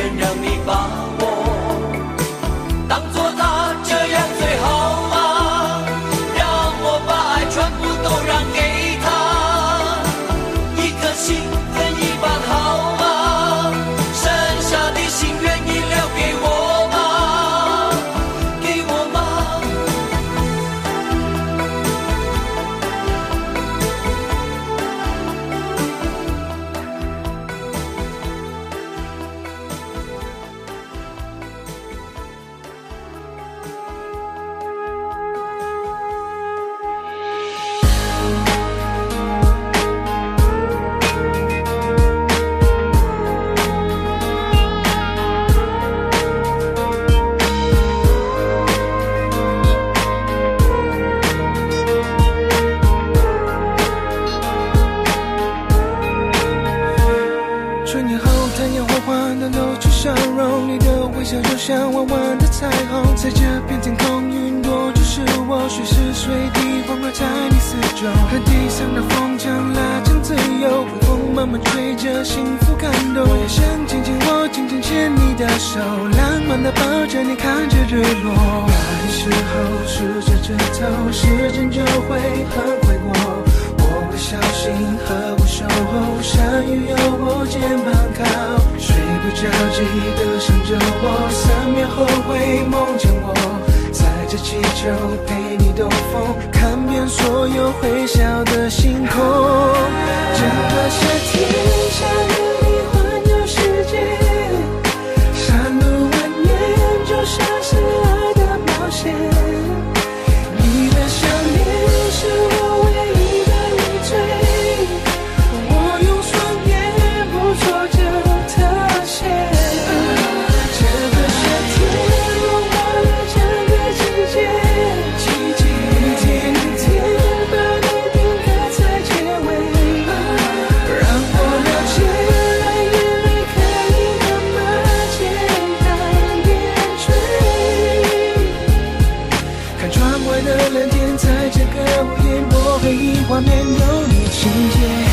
人让你把我当作他，这样最好吗？让我把爱全部都让给他，一颗心分一半好吗？剩下的心愿意留给我吗？给我吗？ 春天后，太阳缓缓地露出笑容，你的微笑就像弯弯的彩虹，在这片天空，云朵就是我，随时随地环绕在你四周。和地上的风筝拉长自由，微风慢慢吹着，幸福感动。我也想紧紧握，紧紧牵你的手，浪漫地抱着你，看着日落。那的时候，数着指头，时间就会很快过。我会小心呵护守候，下雨有我肩膀靠，睡不着记得想着我，三秒后会梦见我，载着气球陪你兜风，看遍所有会笑的星空。整个夏天下雨里环游世界，山路蜿蜒就像是爱的冒险，你的想念是我唯一的累赘，我用双眼捕捉着特写。这个夏天融化了整个季节，一天一天把你定格在结尾，让我了解爱眼泪可以那么简单点缀。看窗外的蓝天，在这个午夜，我回忆画面有你情节。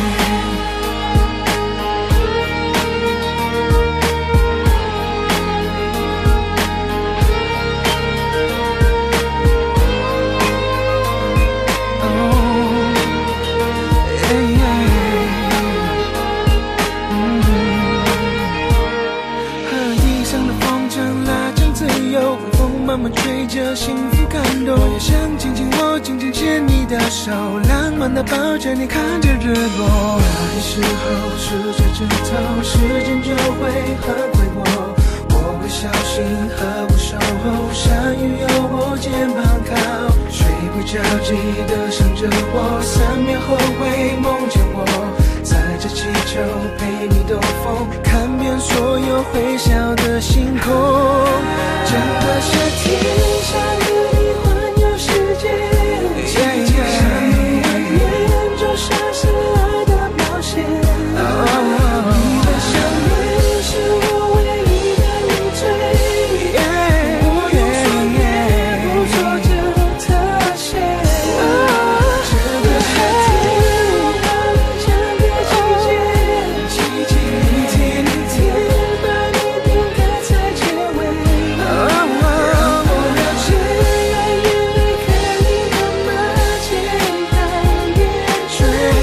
慢慢吹着，幸福感动。我也想紧紧握，紧紧牵你的手，浪漫地抱着你，看着日落。那时候数着指头，时间就会很快过。我会小心呵护守候，下雨有我肩膀靠，睡不着记得想着我，三秒后会梦见我，载着气球陪你兜风，看遍所有会笑的星空。整个夏天下雨里环游世界，山路蜿蜒就像是爱的冒险，你的想念是我唯一的累赘，我用双眼捕捉着特写。这个夏天融化了整个季节，一天一天把你定格在结尾，让我了解爱眼泪可以那么简单点缀。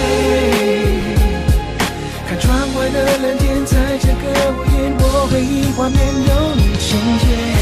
看窗外的蓝天，在这个午夜，我回忆画面有你情节。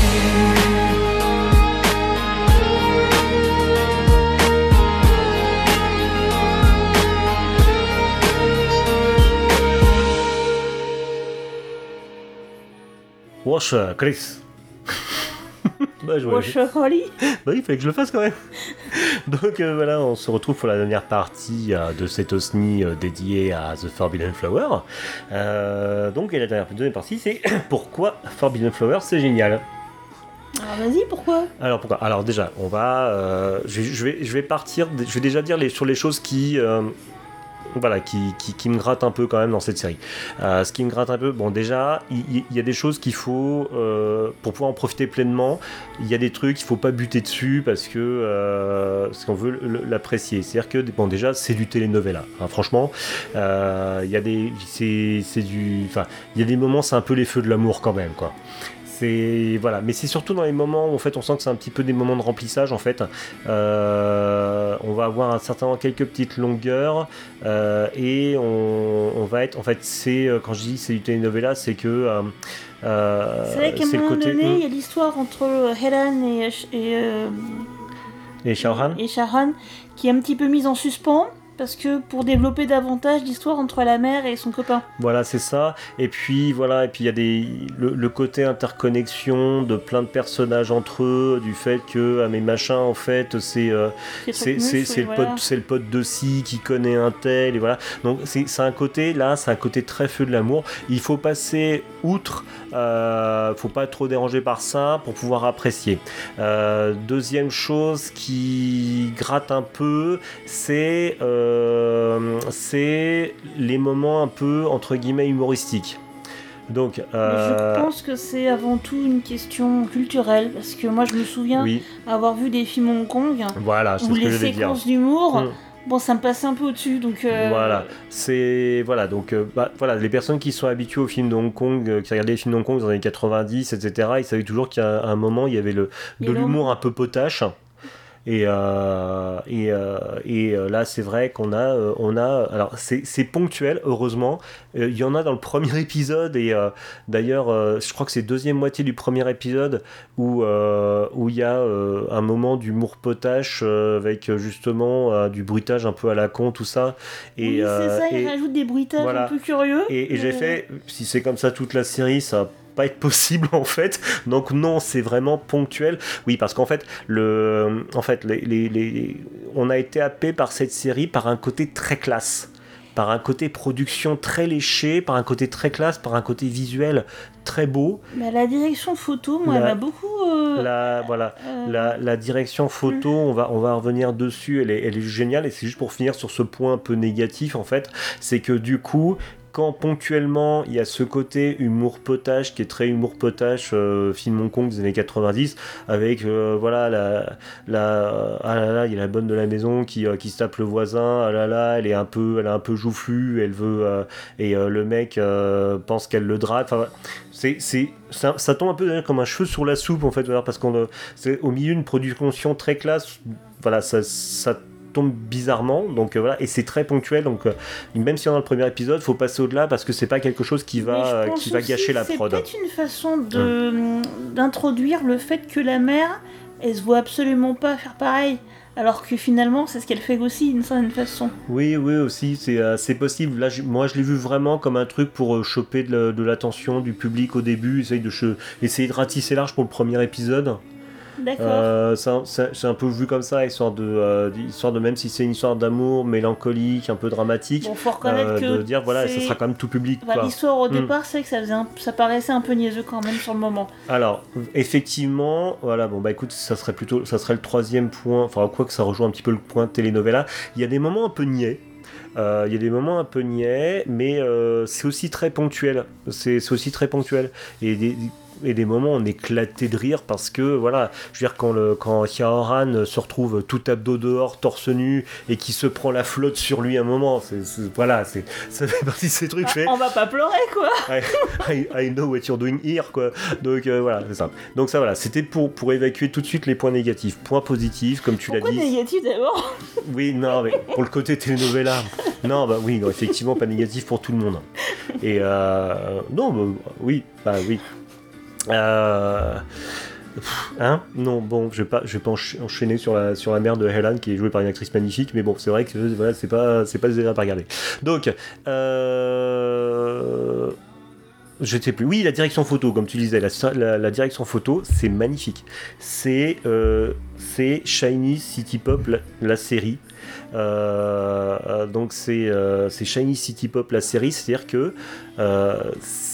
我是 Chris. Bah, je Moi, je suis Holly. Bah, il fallait que je le fasse quand même. Donc euh, voilà, on se retrouve pour la dernière partie euh, de cette O S N I euh, dédiée à The Forbidden Flower. Euh, donc, et la dernière, deuxième partie, c'est pourquoi Forbidden Flower, c'est génial. Alors vas-y, pourquoi? Alors pourquoi? Alors déjà, on va, euh, je, je vais, je vais partir, je vais déjà dire les, sur les choses qui, euh, voilà, qui, qui, qui me gratte un peu quand même dans cette série. Euh, ce qui me gratte un peu, bon déjà, il y, y a des choses qu'il faut, euh, pour pouvoir en profiter pleinement, il y a des trucs, il faut pas buter dessus parce que euh, parce qu'on veut l'apprécier. C'est-à-dire que, bon déjà, c'est du telenovela, hein, franchement, euh, il y a des, c'est, c'est du, enfin, il y a des moments, c'est un peu les feux de l'amour quand même, quoi. C'est, voilà, mais c'est surtout dans les moments où en fait on sent que c'est un petit peu des moments de remplissage en fait. Euh, on va avoir un certain nombre, quelques petites longueurs euh, et on, on va être, en fait, c'est quand je dis c'est du telenovela, c'est que euh, euh, c'est vrai qu'à un moment côté... donné, il y a l'histoire entre Helen et et, euh, et Shaoran et Shaoran qui est un petit peu mise en suspens. Parce que pour développer davantage l'histoire entre la mère et son copain. Voilà, c'est ça. Et puis voilà, et puis il y a des le, le côté interconnexion de plein de personnages entre eux, du fait que ah mais machin en fait c'est euh, c'est c'est, c'est, le voilà. pote, c'est le pote de Si qui connaît un tel et voilà. Donc c'est c'est un côté là, c'est un côté très feu de l'amour. Il faut passer outre, euh, faut pas être trop dérangé par ça pour pouvoir apprécier. Euh, deuxième chose qui gratte un peu, c'est euh, Euh, c'est les moments un peu entre guillemets humoristiques. Donc, euh... je pense que c'est avant tout une question culturelle parce que moi je me souviens oui. avoir vu des films Hong Kong voilà, c'est où ce que les je vais séquences dire. d'humour. Mmh. Bon, ça me passait un peu au-dessus, donc... Euh... Voilà, c'est... Voilà, donc, euh, bah, voilà, les personnes qui sont habituées aux films de Hong Kong, euh, qui regardaient les films de Hong Kong dans les années quatre-vingt-dix, et cetera, ils savaient toujours qu'à un moment, il y avait le, de l'humour un peu potache. Et, euh, et, euh, et là, c'est vrai qu'on a, euh, on a alors c'est, c'est ponctuel, heureusement. Il euh, y en a dans le premier épisode, et euh, d'ailleurs, euh, je crois que c'est deuxième moitié du premier épisode où euh, où il y a euh, un moment d'humour potache euh, avec justement euh, du bruitage un peu à la con, tout ça. Et, oui, c'est euh, ça, et, il rajoute des bruitages voilà. un peu curieux. Et, et mais... j'ai fait, si c'est comme ça toute la série, ça pas être possible en fait, donc non, c'est vraiment ponctuel. Oui, parce qu'en fait le en fait les, les, les... on a été happé par cette série par un côté très classe, par un côté production très léché, par un côté très classe, par un côté visuel très beau. Mais la direction photo, moi, la, elle m'a beaucoup. Euh, la, voilà, euh, la, la direction photo, on va, on va revenir dessus, elle est, elle est géniale, et c'est juste pour finir sur ce point un peu négatif, en fait, c'est que du coup, quand ponctuellement il y a ce côté humour potache qui est très humour potache, euh, film Hong Kong des années quatre-vingt-dix, avec euh, voilà la, la ah là là il y a la bonne de la maison qui, euh, qui se tape le voisin, ah là là elle est un peu elle est un peu joufflue, elle veut euh, et euh, le mec euh, pense qu'elle le drague, enfin c'est c'est ça, ça tombe un peu comme un cheveu sur la soupe en fait, parce qu'on c'est au milieu d'une production très classe, voilà ça ça tombe bizarrement, donc euh, voilà, et c'est très ponctuel, donc euh, même si on a le premier épisode, faut passer au-delà parce que c'est pas quelque chose qui va euh, qui va gâcher la prod. C'est peut-être une façon de hum. d'introduire le fait que la mère, elle se voit absolument pas faire pareil. Alors que finalement, c'est ce qu'elle fait aussi d'une certaine façon. Oui, oui, aussi, c'est, euh, c'est possible. Là, moi, je l'ai vu vraiment comme un truc pour euh, choper de, la, de l'attention du public au début, essayer de, che- essayer de ratisser large pour le premier épisode. D'accord. Euh, c'est, un, c'est, c'est un peu vu comme ça, histoire de, euh, histoire de même si c'est une histoire d'amour mélancolique, un peu dramatique, bon, faut reconnaître euh, que de dire voilà, ça sera quand même tout public. Bah, quoi. L'histoire au mmh. départ, c'est que ça, faisait un, ça paraissait un peu niaiseux quand même sur le moment. Alors, effectivement, voilà, bon bah écoute, ça serait plutôt, ça serait le troisième point, enfin quoi que ça rejoint un petit peu le point telenovela. Il y a des moments un peu niais. Il euh, y a des moments un peu niais, mais euh, c'est aussi très ponctuel. C'est, c'est aussi très ponctuel. Et des, et des moments on éclatait de rire parce que voilà, je veux dire quand le quand Shaoran se retrouve tout abdos dehors, torse nu et qui se prend la flotte sur lui un moment, c'est, c'est voilà, c'est ça fait partie de ces trucs. Bah, fait, on va pas pleurer quoi. I, I, I know what you're doing here quoi. Donc euh, voilà, c'est ça. Donc ça voilà, c'était pour pour évacuer tout de suite les points négatifs. Points positifs comme tu Pourquoi l'as dit. Pourquoi négatif d'abord? Oui, non, mais pour le côté telenovela. Non, bah oui, non, effectivement pas négatif pour tout le monde. Et euh, non, bah, oui, bah oui. Euh... Hein non, bon, je vais pas, je vais pas enchaîner sur la sur la mère de Helen qui est jouée par une actrice magnifique, mais bon, c'est vrai que voilà, c'est pas c'est pas désagréable à regarder. Donc, euh... je sais plus. Oui, la direction photo, comme tu disais, la, la, la direction photo, c'est magnifique. C'est euh, c'est Shiny City Pop, la, la série. Euh, donc c'est euh, c'est Shiny City Pop, la série, c'est-à-dire que euh,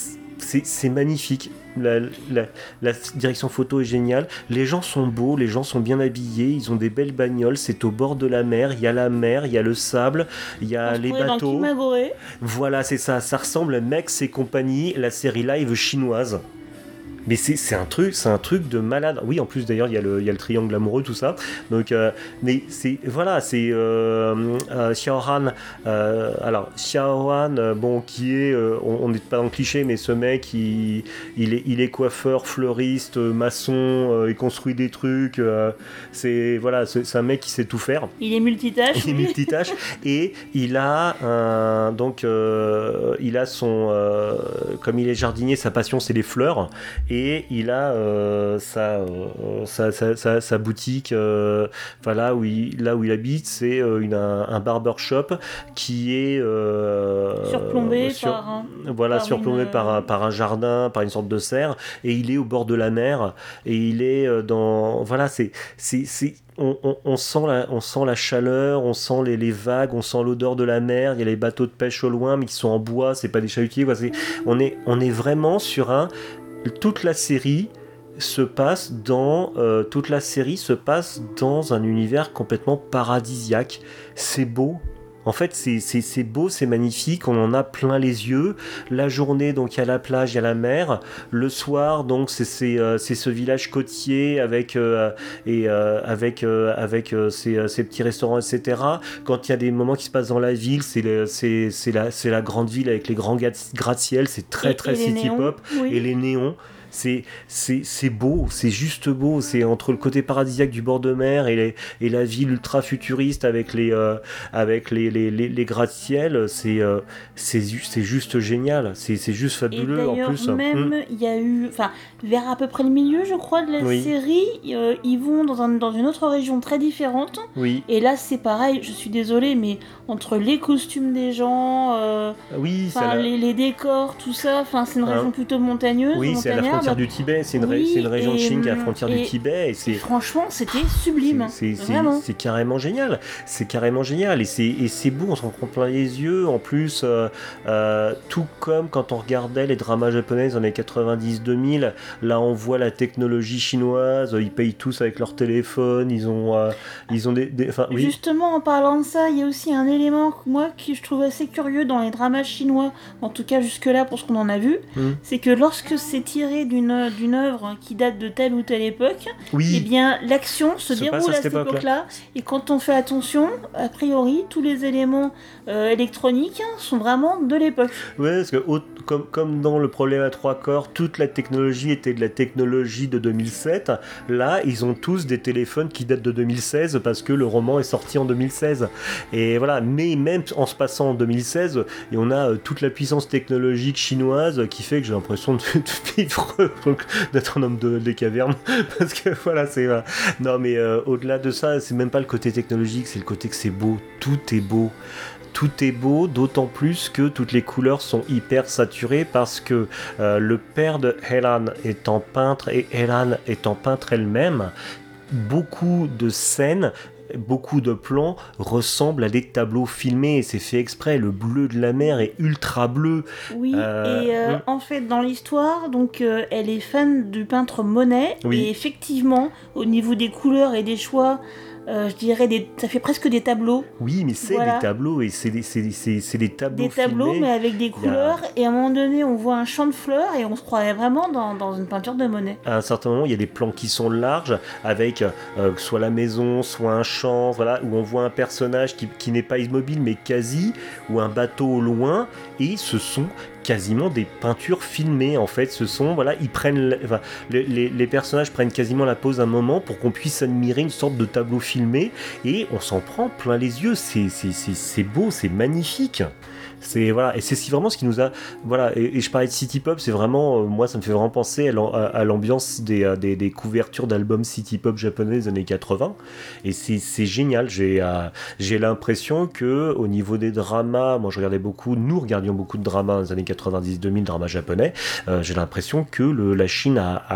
c'est, c'est magnifique. La, la, la direction photo est géniale. Les gens sont beaux, les gens sont bien habillés, ils ont des belles bagnoles. C'est au bord de la mer. Il y a la mer, il y a le sable, il y a On les se bateaux. Dans Kimagure. Voilà, c'est ça. Ça ressemble à Mex et compagnie, la série live chinoise. Mais c'est, c'est un truc, c'est un truc de malade. Oui, en plus d'ailleurs, il y a le, il y a le triangle amoureux, tout ça. Donc, euh, mais c'est, voilà, c'est euh, euh, Xiao Han. Euh, alors, Xiao Han, euh, bon, qui est, euh, on n'est pas dans le cliché, mais ce mec, il, il est, il est coiffeur, fleuriste, maçon, euh, il construit des trucs. Euh, c'est, voilà, c'est, c'est un mec qui sait tout faire. Il est multitâche. Il est multitâche et il a un, donc, euh, il a son, euh, comme il est jardinier, sa passion c'est les fleurs. Et il a euh, sa, euh, sa, sa, sa, sa boutique, euh, enfin là, où il, là où il habite, c'est euh, une, un, un barbershop qui est euh, surplombé, sur, par, un, voilà, par, surplombé une... par, un, par un jardin, par une sorte de serre, et il est au bord de la mer, et il est dans... Voilà, c'est... c'est, c'est On, on, on, sent la, on sent la chaleur, on sent les, les vagues, on sent l'odeur de la mer, il y a les bateaux de pêche au loin, mais qui sont en bois, c'est pas des chalutiers, quoi, c'est, on, est, on est vraiment sur un... Toute la série se passe dans euh, toute la série se passe dans un univers complètement paradisiaque. C'est beau. En fait, c'est, c'est, c'est beau, c'est magnifique, on en a plein les yeux. La journée, donc il y a la plage, il y a la mer. Le soir, donc c'est, c'est, euh, c'est ce village côtier avec, euh, et, euh, avec, euh, avec euh, ces, euh, ces petits restaurants, et cetera. Quand il y a des moments qui se passent dans la ville, c'est, le, c'est, c'est, la, c'est la grande ville avec les grands gratte-ciel, c'est très et, très et city-pop. Oui. Et les néons. C'est, c'est, c'est beau, c'est juste beau. C'est entre le côté paradisiaque du bord de mer et, les, et la ville ultra futuriste avec les, euh, avec les, les, les, les gratte-ciel. C'est, euh, c'est, c'est juste génial. C'est, c'est juste fabuleux en plus. Même il hum. y a eu, enfin, vers à peu près le milieu, je crois, de la oui. série, euh, ils vont dans, un, dans une autre région très différente. Oui. Et là, c'est pareil. Je suis désolée, mais entre les costumes des gens, euh, oui, la... les, les décors, tout ça, enfin, c'est une région ah. plutôt montagneuse. Oui, c'est à la frontière du Tibet, c'est une, oui, c'est une région de Chine qui est à la frontière et, du Tibet. Et, c'est, et franchement, c'était sublime. C'est, c'est, c'est, c'est carrément génial. C'est carrément génial. Et c'est, et c'est beau, on s'en prend plein les yeux. En plus, euh, euh, tout comme quand on regardait les dramas japonais dans les quatre-vingt-dix deux mille, là on voit la technologie chinoise, ils payent tous avec leur téléphone, ils ont, euh, ils ont des... des oui. Justement, en parlant de ça, il y a aussi un élément, moi, qui je trouve assez curieux dans les dramas chinois, en tout cas jusque-là pour ce qu'on en a vu, mmh. c'est que lorsque c'est tiré d'une, d'une œuvre qui date de telle ou telle époque, oui. eh bien l'action se, se déroule à cette, cette époque-là. époque-là, et quand on fait attention, a priori, tous les éléments euh, électroniques sont vraiment de l'époque. Oui, parce que comme, comme dans le problème à trois corps, toute la technologie était de la technologie de deux mille sept, là, ils ont tous des téléphones qui datent de deux mille seize, parce que le roman est sorti en deux mille seize. Et voilà, mais même en se passant en deux mille seize, et on a euh, toute la puissance technologique chinoise qui fait que j'ai l'impression de, de vivre, d'être un homme de, des cavernes, parce que voilà, c'est... Euh, non, mais euh, au-delà de ça, c'est même pas le côté technologique, c'est le côté que c'est beau, tout est beau. Tout est beau, d'autant plus que toutes les couleurs sont hyper saturées parce que euh, le père de Helan étant peintre et Helan étant peintre elle-même, beaucoup de scènes, beaucoup de plans ressemblent à des tableaux filmés et c'est fait exprès. Le bleu de la mer est ultra bleu. Oui, euh, et euh, hum. en fait, dans l'histoire, donc, euh, elle est fan du peintre Monet oui. et effectivement, au niveau des couleurs et des choix, Euh, je dirais, des... ça fait presque des tableaux. Oui, mais c'est voilà. des tableaux, et c'est des, c'est, c'est, c'est des tableaux Des tableaux, filmés. mais avec des couleurs, a... et à un moment donné, on voit un champ de fleurs, et on se croirait vraiment dans, dans une peinture de Monet. À un certain moment, il y a des plans qui sont larges, avec euh, soit la maison, soit un champ, voilà, où on voit un personnage qui, qui n'est pas immobile, mais quasi, ou un bateau au loin, et ce sont quasiment des peintures filmées en fait, ce sont voilà, ils prennent enfin, les, les, les personnages prennent quasiment la pause un moment pour qu'on puisse admirer une sorte de tableau filmé et on s'en prend plein les yeux, c'est, c'est, c'est, c'est beau, c'est magnifique. C'est, voilà, et c'est vraiment ce qui nous a voilà, et, et je parlais de City Pop, c'est vraiment euh, moi ça me fait vraiment penser à, à, à l'ambiance des, des, des couvertures d'albums City Pop japonais des années quatre-vingts et c'est, c'est génial, j'ai, euh, j'ai l'impression que au niveau des dramas, moi je regardais beaucoup, nous regardions beaucoup de dramas dans les années quatre-vingt-dix deux mille, dramas japonais, euh, j'ai l'impression que le, la Chine a, a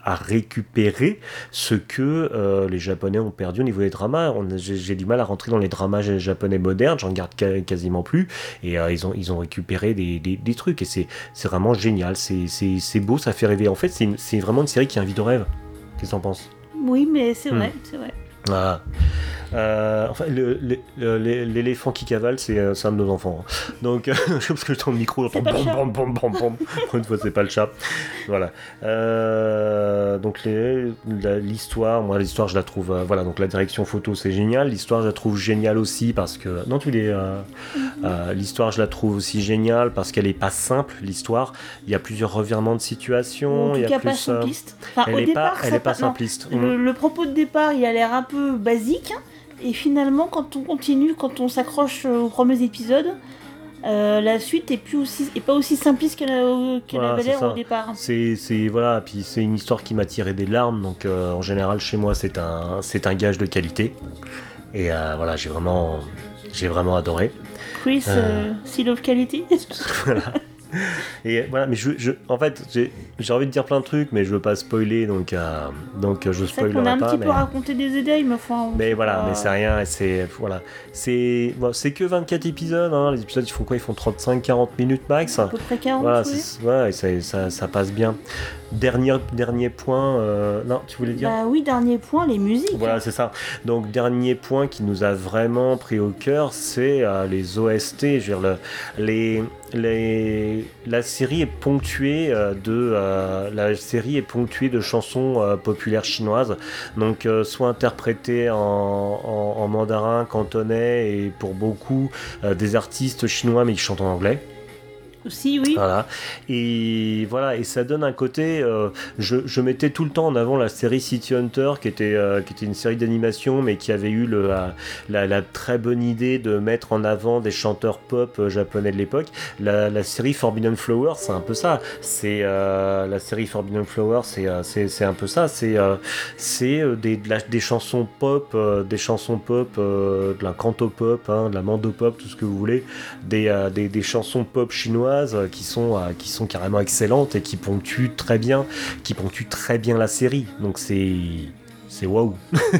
à récupérer ce que euh, les Japonais ont perdu au niveau des dramas. On, j'ai, j'ai du mal à rentrer dans les dramas japonais modernes, j'en garde ca- quasiment plus, et euh, ils, ont, ils ont récupéré des, des, des trucs, et c'est, c'est vraiment génial, c'est, c'est, c'est beau, ça fait rêver. En fait, c'est, une, c'est vraiment une série qui a une vie de rêve. Qu'est-ce que t'en penses ? Oui, mais c'est vrai, Hmm. c'est vrai. Ah. Euh, enfin, le, le, le, l'éléphant qui cavale, c'est, euh, c'est un de nos enfants. Hein. Donc, euh, parce que dans le micro, j'entends bam, bam, bam, bam, bam. Une fois, c'est pas le chat. Voilà. Euh, donc, les, la, l'histoire, moi, l'histoire, je la trouve. Euh, voilà, donc la direction photo, c'est génial. L'histoire, je la trouve géniale aussi parce que. Non, tu l'es. Euh, euh, l'histoire, je la trouve aussi géniale parce qu'elle est pas simple. L'histoire, il y a plusieurs revirements de situation. En tout il y a cas, plus, pas simpliste. Enfin, elle au est départ, pas, elle ça est pas pa- non. simpliste. Le, le propos de départ, il a l'air un peu basique. Et finalement, quand on continue, quand on s'accroche aux premiers épisodes, euh, la suite est, plus aussi, est pas aussi simpliste qu'elle, a- qu'elle Voilà, avait c'est l'air ça. au départ. C'est, c'est, voilà, puis c'est une histoire qui m'a tiré des larmes, donc euh, en général, chez moi, c'est un, c'est un gage de qualité. Et euh, voilà, j'ai vraiment, j'ai vraiment adoré. Chris, Euh. euh, Seal of Quality. Voilà. Et voilà, mais je, je, en fait, j'ai, j'ai envie de dire plein de trucs, mais je veux pas spoiler, donc, euh, donc je C'est vrai qu'on a spoilerai un pas. petit mais... peu raconté des idées, mais enfin. Mais c'est voilà, pas- mais c'est rien, et c'est voilà, c'est bon, c'est que vingt-quatre épisodes, hein. Les épisodes ils font quoi? Ils font trente-cinq à quarante minutes max. À peu près quarante, Voilà, oui. c'est, ouais, et ça, ça, ça passe bien. Dernier, dernier point, euh, non, tu voulais dire? Bah oui, dernier point, les musiques. Voilà, c'est ça. Donc, dernier point qui nous a vraiment pris au cœur, c'est euh, les O S T. Je veux dire, le, les, les, la série est ponctuée euh, de euh, la série est ponctuée de chansons euh, populaires chinoises. Donc, euh, soit interprétées en, en, en mandarin, cantonais, et pour beaucoup euh, des artistes chinois, mais qui chantent en anglais. Aussi, oui. Voilà. Et voilà, et ça donne un côté. Euh, je, je mettais tout le temps en avant la série City Hunter, qui était, euh, qui était une série d'animation, mais qui avait eu le, la, la, la très bonne idée de mettre en avant des chanteurs pop euh, japonais de l'époque. La, la série Forbidden Flower, c'est un peu ça. C'est euh, la série Forbidden Flower, c'est, euh, c'est, c'est un peu ça. C'est, euh, c'est euh, des, de la, des chansons pop, euh, des chansons pop, euh, de la canto-pop, hein, de la mando-pop, tout ce que vous voulez, des, euh, des, des chansons pop chinoises qui sont, euh, qui sont carrément excellentes et qui ponctuent très bien, qui ponctuent très bien la série. Donc c'est, c'est waouh.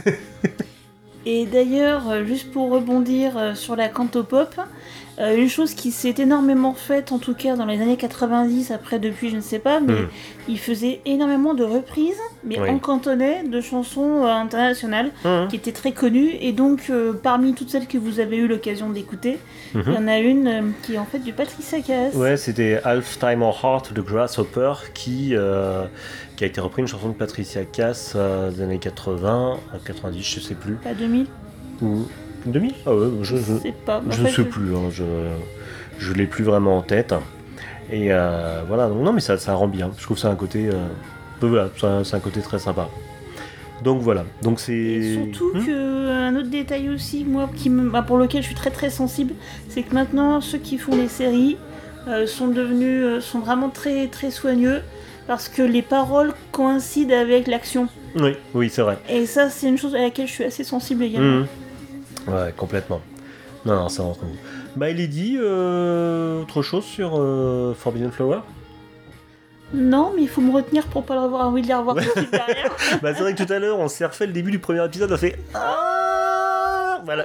Et d'ailleurs, euh, juste pour rebondir euh, sur la cantopop, euh, une chose qui s'est énormément faite, en tout cas dans les années quatre-vingt-dix, après depuis je ne sais pas, mais Mm. il faisait énormément de reprises, mais Oui. en cantonais, de chansons euh, internationales, Mmh. qui étaient très connues. Et donc, euh, parmi toutes celles que vous avez eu l'occasion d'écouter, il Mhm. y en a une euh, qui est en fait du Patricia Cass. Ouais, c'était Half Time or Heart de Grasshopper qui, euh, qui a été repris une chanson de Patricia Cass euh, des années quatre-vingts, à quatre-vingt-dix, je sais plus. Pas deux mille, Ou deux mille? Ah ouais, je, je je, sais pas. je En ne fait, sais plus, hein, je je l'ai plus vraiment en tête. Et euh, voilà, donc non mais ça, ça rend bien. Je trouve que c'est un côté, euh, voilà, c'est un, c'est un côté très sympa. Donc voilà, donc c'est. Et surtout Hmm que un autre détail aussi, moi, qui me, bah, pour lequel je suis très très sensible, c'est que maintenant ceux qui font les séries euh, sont devenus, euh, sont vraiment très très soigneux parce que les paroles coïncident avec l'action. Oui, oui, c'est vrai. Et ça, c'est une chose à laquelle je suis assez sensible également. Mhm. Ouais, complètement. Non, non, ça rentre en vous. Bah, il est dit euh, autre chose sur euh, Forbidden Flower. Non, mais il faut me retenir pour pas avoir envie de les revoir tout de suite derrière. Bah, c'est vrai que tout à l'heure, on s'est refait le début du premier épisode, on a fait ah, voilà.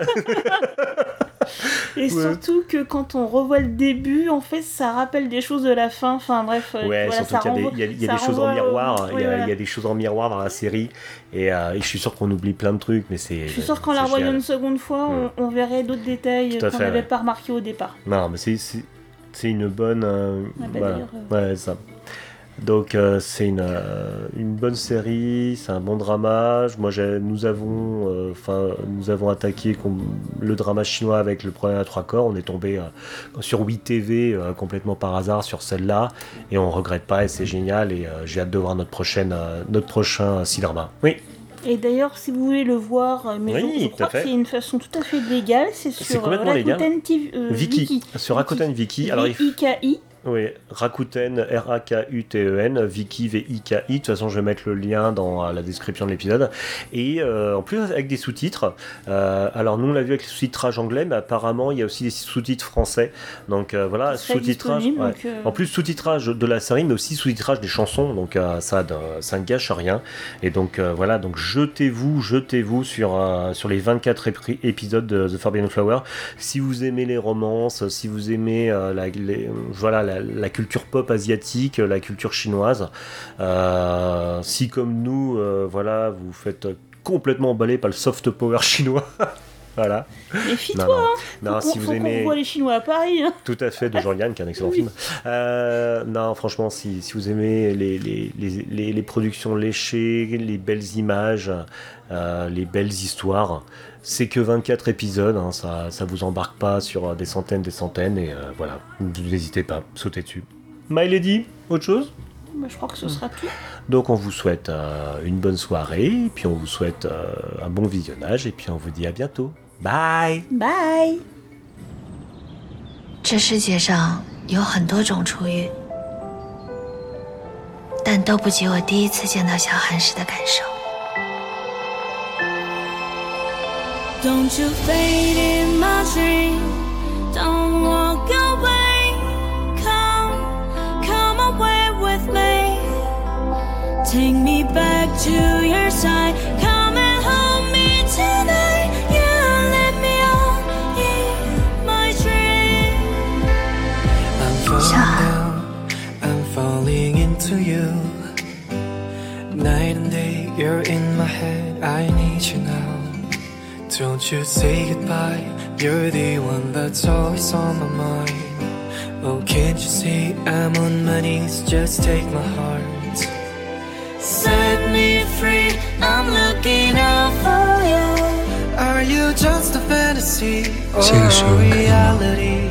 Et Ouais. surtout que quand on revoit le début, en fait, ça rappelle des choses de la fin. Enfin bref, euh, Ouais, voilà, surtout ça qu'il y a des, renvoie- il y a- il y a ça des choses en renvoie au- miroir. Il y, oui, a, voilà. il y a des choses en miroir dans la série, et, euh, et je suis sûr qu'on oublie plein de trucs, mais c'est. Je suis sûre qu'en c'est la revoyant génial. une seconde fois, Mm. on, on verrait d'autres détails Tout à qu'on fait, n'avait ouais. pas remarqués au départ. Non, mais c'est, c'est, c'est une bonne. euh, Ouais, bah, voilà. d'ailleurs, euh, Ouais, ça. Donc euh, c'est une, euh, une bonne série, c'est un bon drama. Moi, j'ai, nous avons, euh, enfin, nous avons attaqué com- le drama chinois avec le problème à trois corps. On est tombé euh, sur huit T V euh, complètement par hasard sur celle-là, et on regrette pas. Et c'est génial. Et euh, j'ai hâte de voir notre prochaine, euh, notre prochain euh, C-drama. Oui. Et d'ailleurs, si vous voulez le voir, euh, mais Oui, je, je tout à crois fait. que c'est une façon tout à fait légale, c'est C'est sur complètement euh, légal. Rakuten T V, euh, Viki, Viki. sur Rakuten Viki. Alors il V I K I. Oui, Rakuten, R A K U T E N, Viki, V I K I. De toute façon, je vais mettre le lien dans la description de l'épisode. Et euh, en plus, avec des sous-titres. Euh, alors, nous, on l'a vu avec les sous-titrages anglais, mais apparemment, il y a aussi des sous-titres français. Donc, euh, voilà, sous-titrage. Ouais. Donc, euh... En plus, sous-titrage de la série, mais aussi sous-titrage des chansons. Donc, euh, ça, ça ne gâche rien. Et donc, euh, voilà, donc jetez-vous, jetez-vous sur, euh, sur les vingt-quatre ép- épisodes de The Forbidden Flower. Si vous aimez les romances, si vous aimez euh, la, les, voilà, la La, la culture pop asiatique, la culture chinoise. Euh, si comme nous, euh, voilà, vous faites complètement emballé par le soft power chinois. Voilà. Méfie-toi, non, non. non, non faut si qu'on, vous aimez... qu'on voit les Chinois à Paris. Hein. Tout à fait, de Jean-Yann, qui est un excellent oui. film. Euh, non, franchement, si, si vous aimez les, les, les, les, les productions léchées, les belles images, euh, les belles histoires, c'est que vingt-quatre épisodes, hein, ça ça vous embarque pas sur des centaines, des centaines, et euh, voilà, n'hésitez pas, sautez dessus. My Lady, autre chose ? Bah, je crois que ce sera tout. Donc on vous souhaite euh, une bonne soirée, et puis on vous souhaite euh, un bon visionnage, et puis on vous dit à bientôt. Bye Bye 这世界上有很多种初遇，但都不及我第一次见到小韩时的感受。 Don't you fade in my dream, don't walk away, come, come away with me. Take me back to your side, come and hold me tonight. You let me on in my dream. I'm falling down, I'm falling into you. Night and day, you're in my head, I need you now. Don't you say goodbye, you're the one that's always on my mind. Oh, can't you see I'm on my knees, just take my heart. Set me free, I'm looking out for you. Are you just a fantasy or 这个时候 a 可以吗？ reality?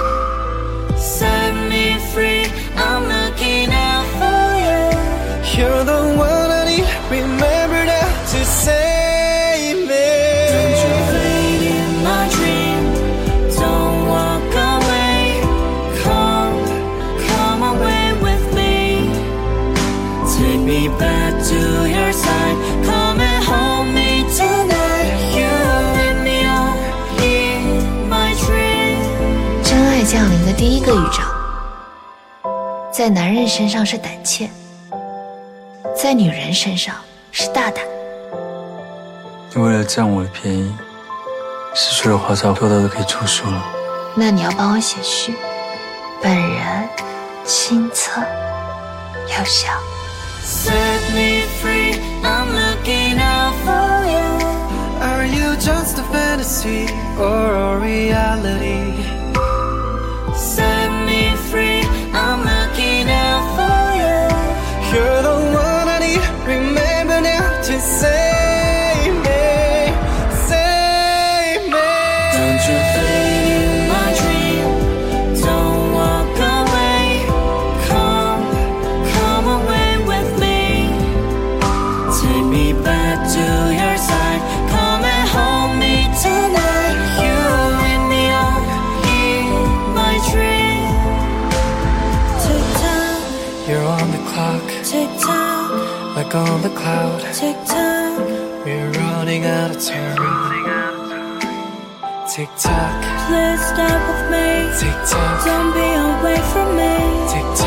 Set me free, I'm looking out for you. You're the one I need, remember now to save me. Don't you fade in my dream, don't walk away, come, come away with me. Take me back to your side, come and hold me tonight. You let me on in my dream. 真爱降临的第一个预兆，在男人身上是胆怯，在女人身上是大胆。 你为了占我的便宜，失去了华早做到的可以出书了。 那你要帮我写序，本人亲测有效。 Set me free, I'm looking out for you. Are you just a fantasy or a reality? Set me free, I'm looking out for you. You're the one I need, remember now to save me, save me. Don't you fade in my dream, don't walk away, come, come away with me. Take me back to your side, come and hold me tonight. You and me on in my dream. Tick tock, You're on the clock, tick tock, like on the cloud. tick tock. We're running out of time. Tick tock, Please stop with me. tick tock, Don't be away from me. tick tock.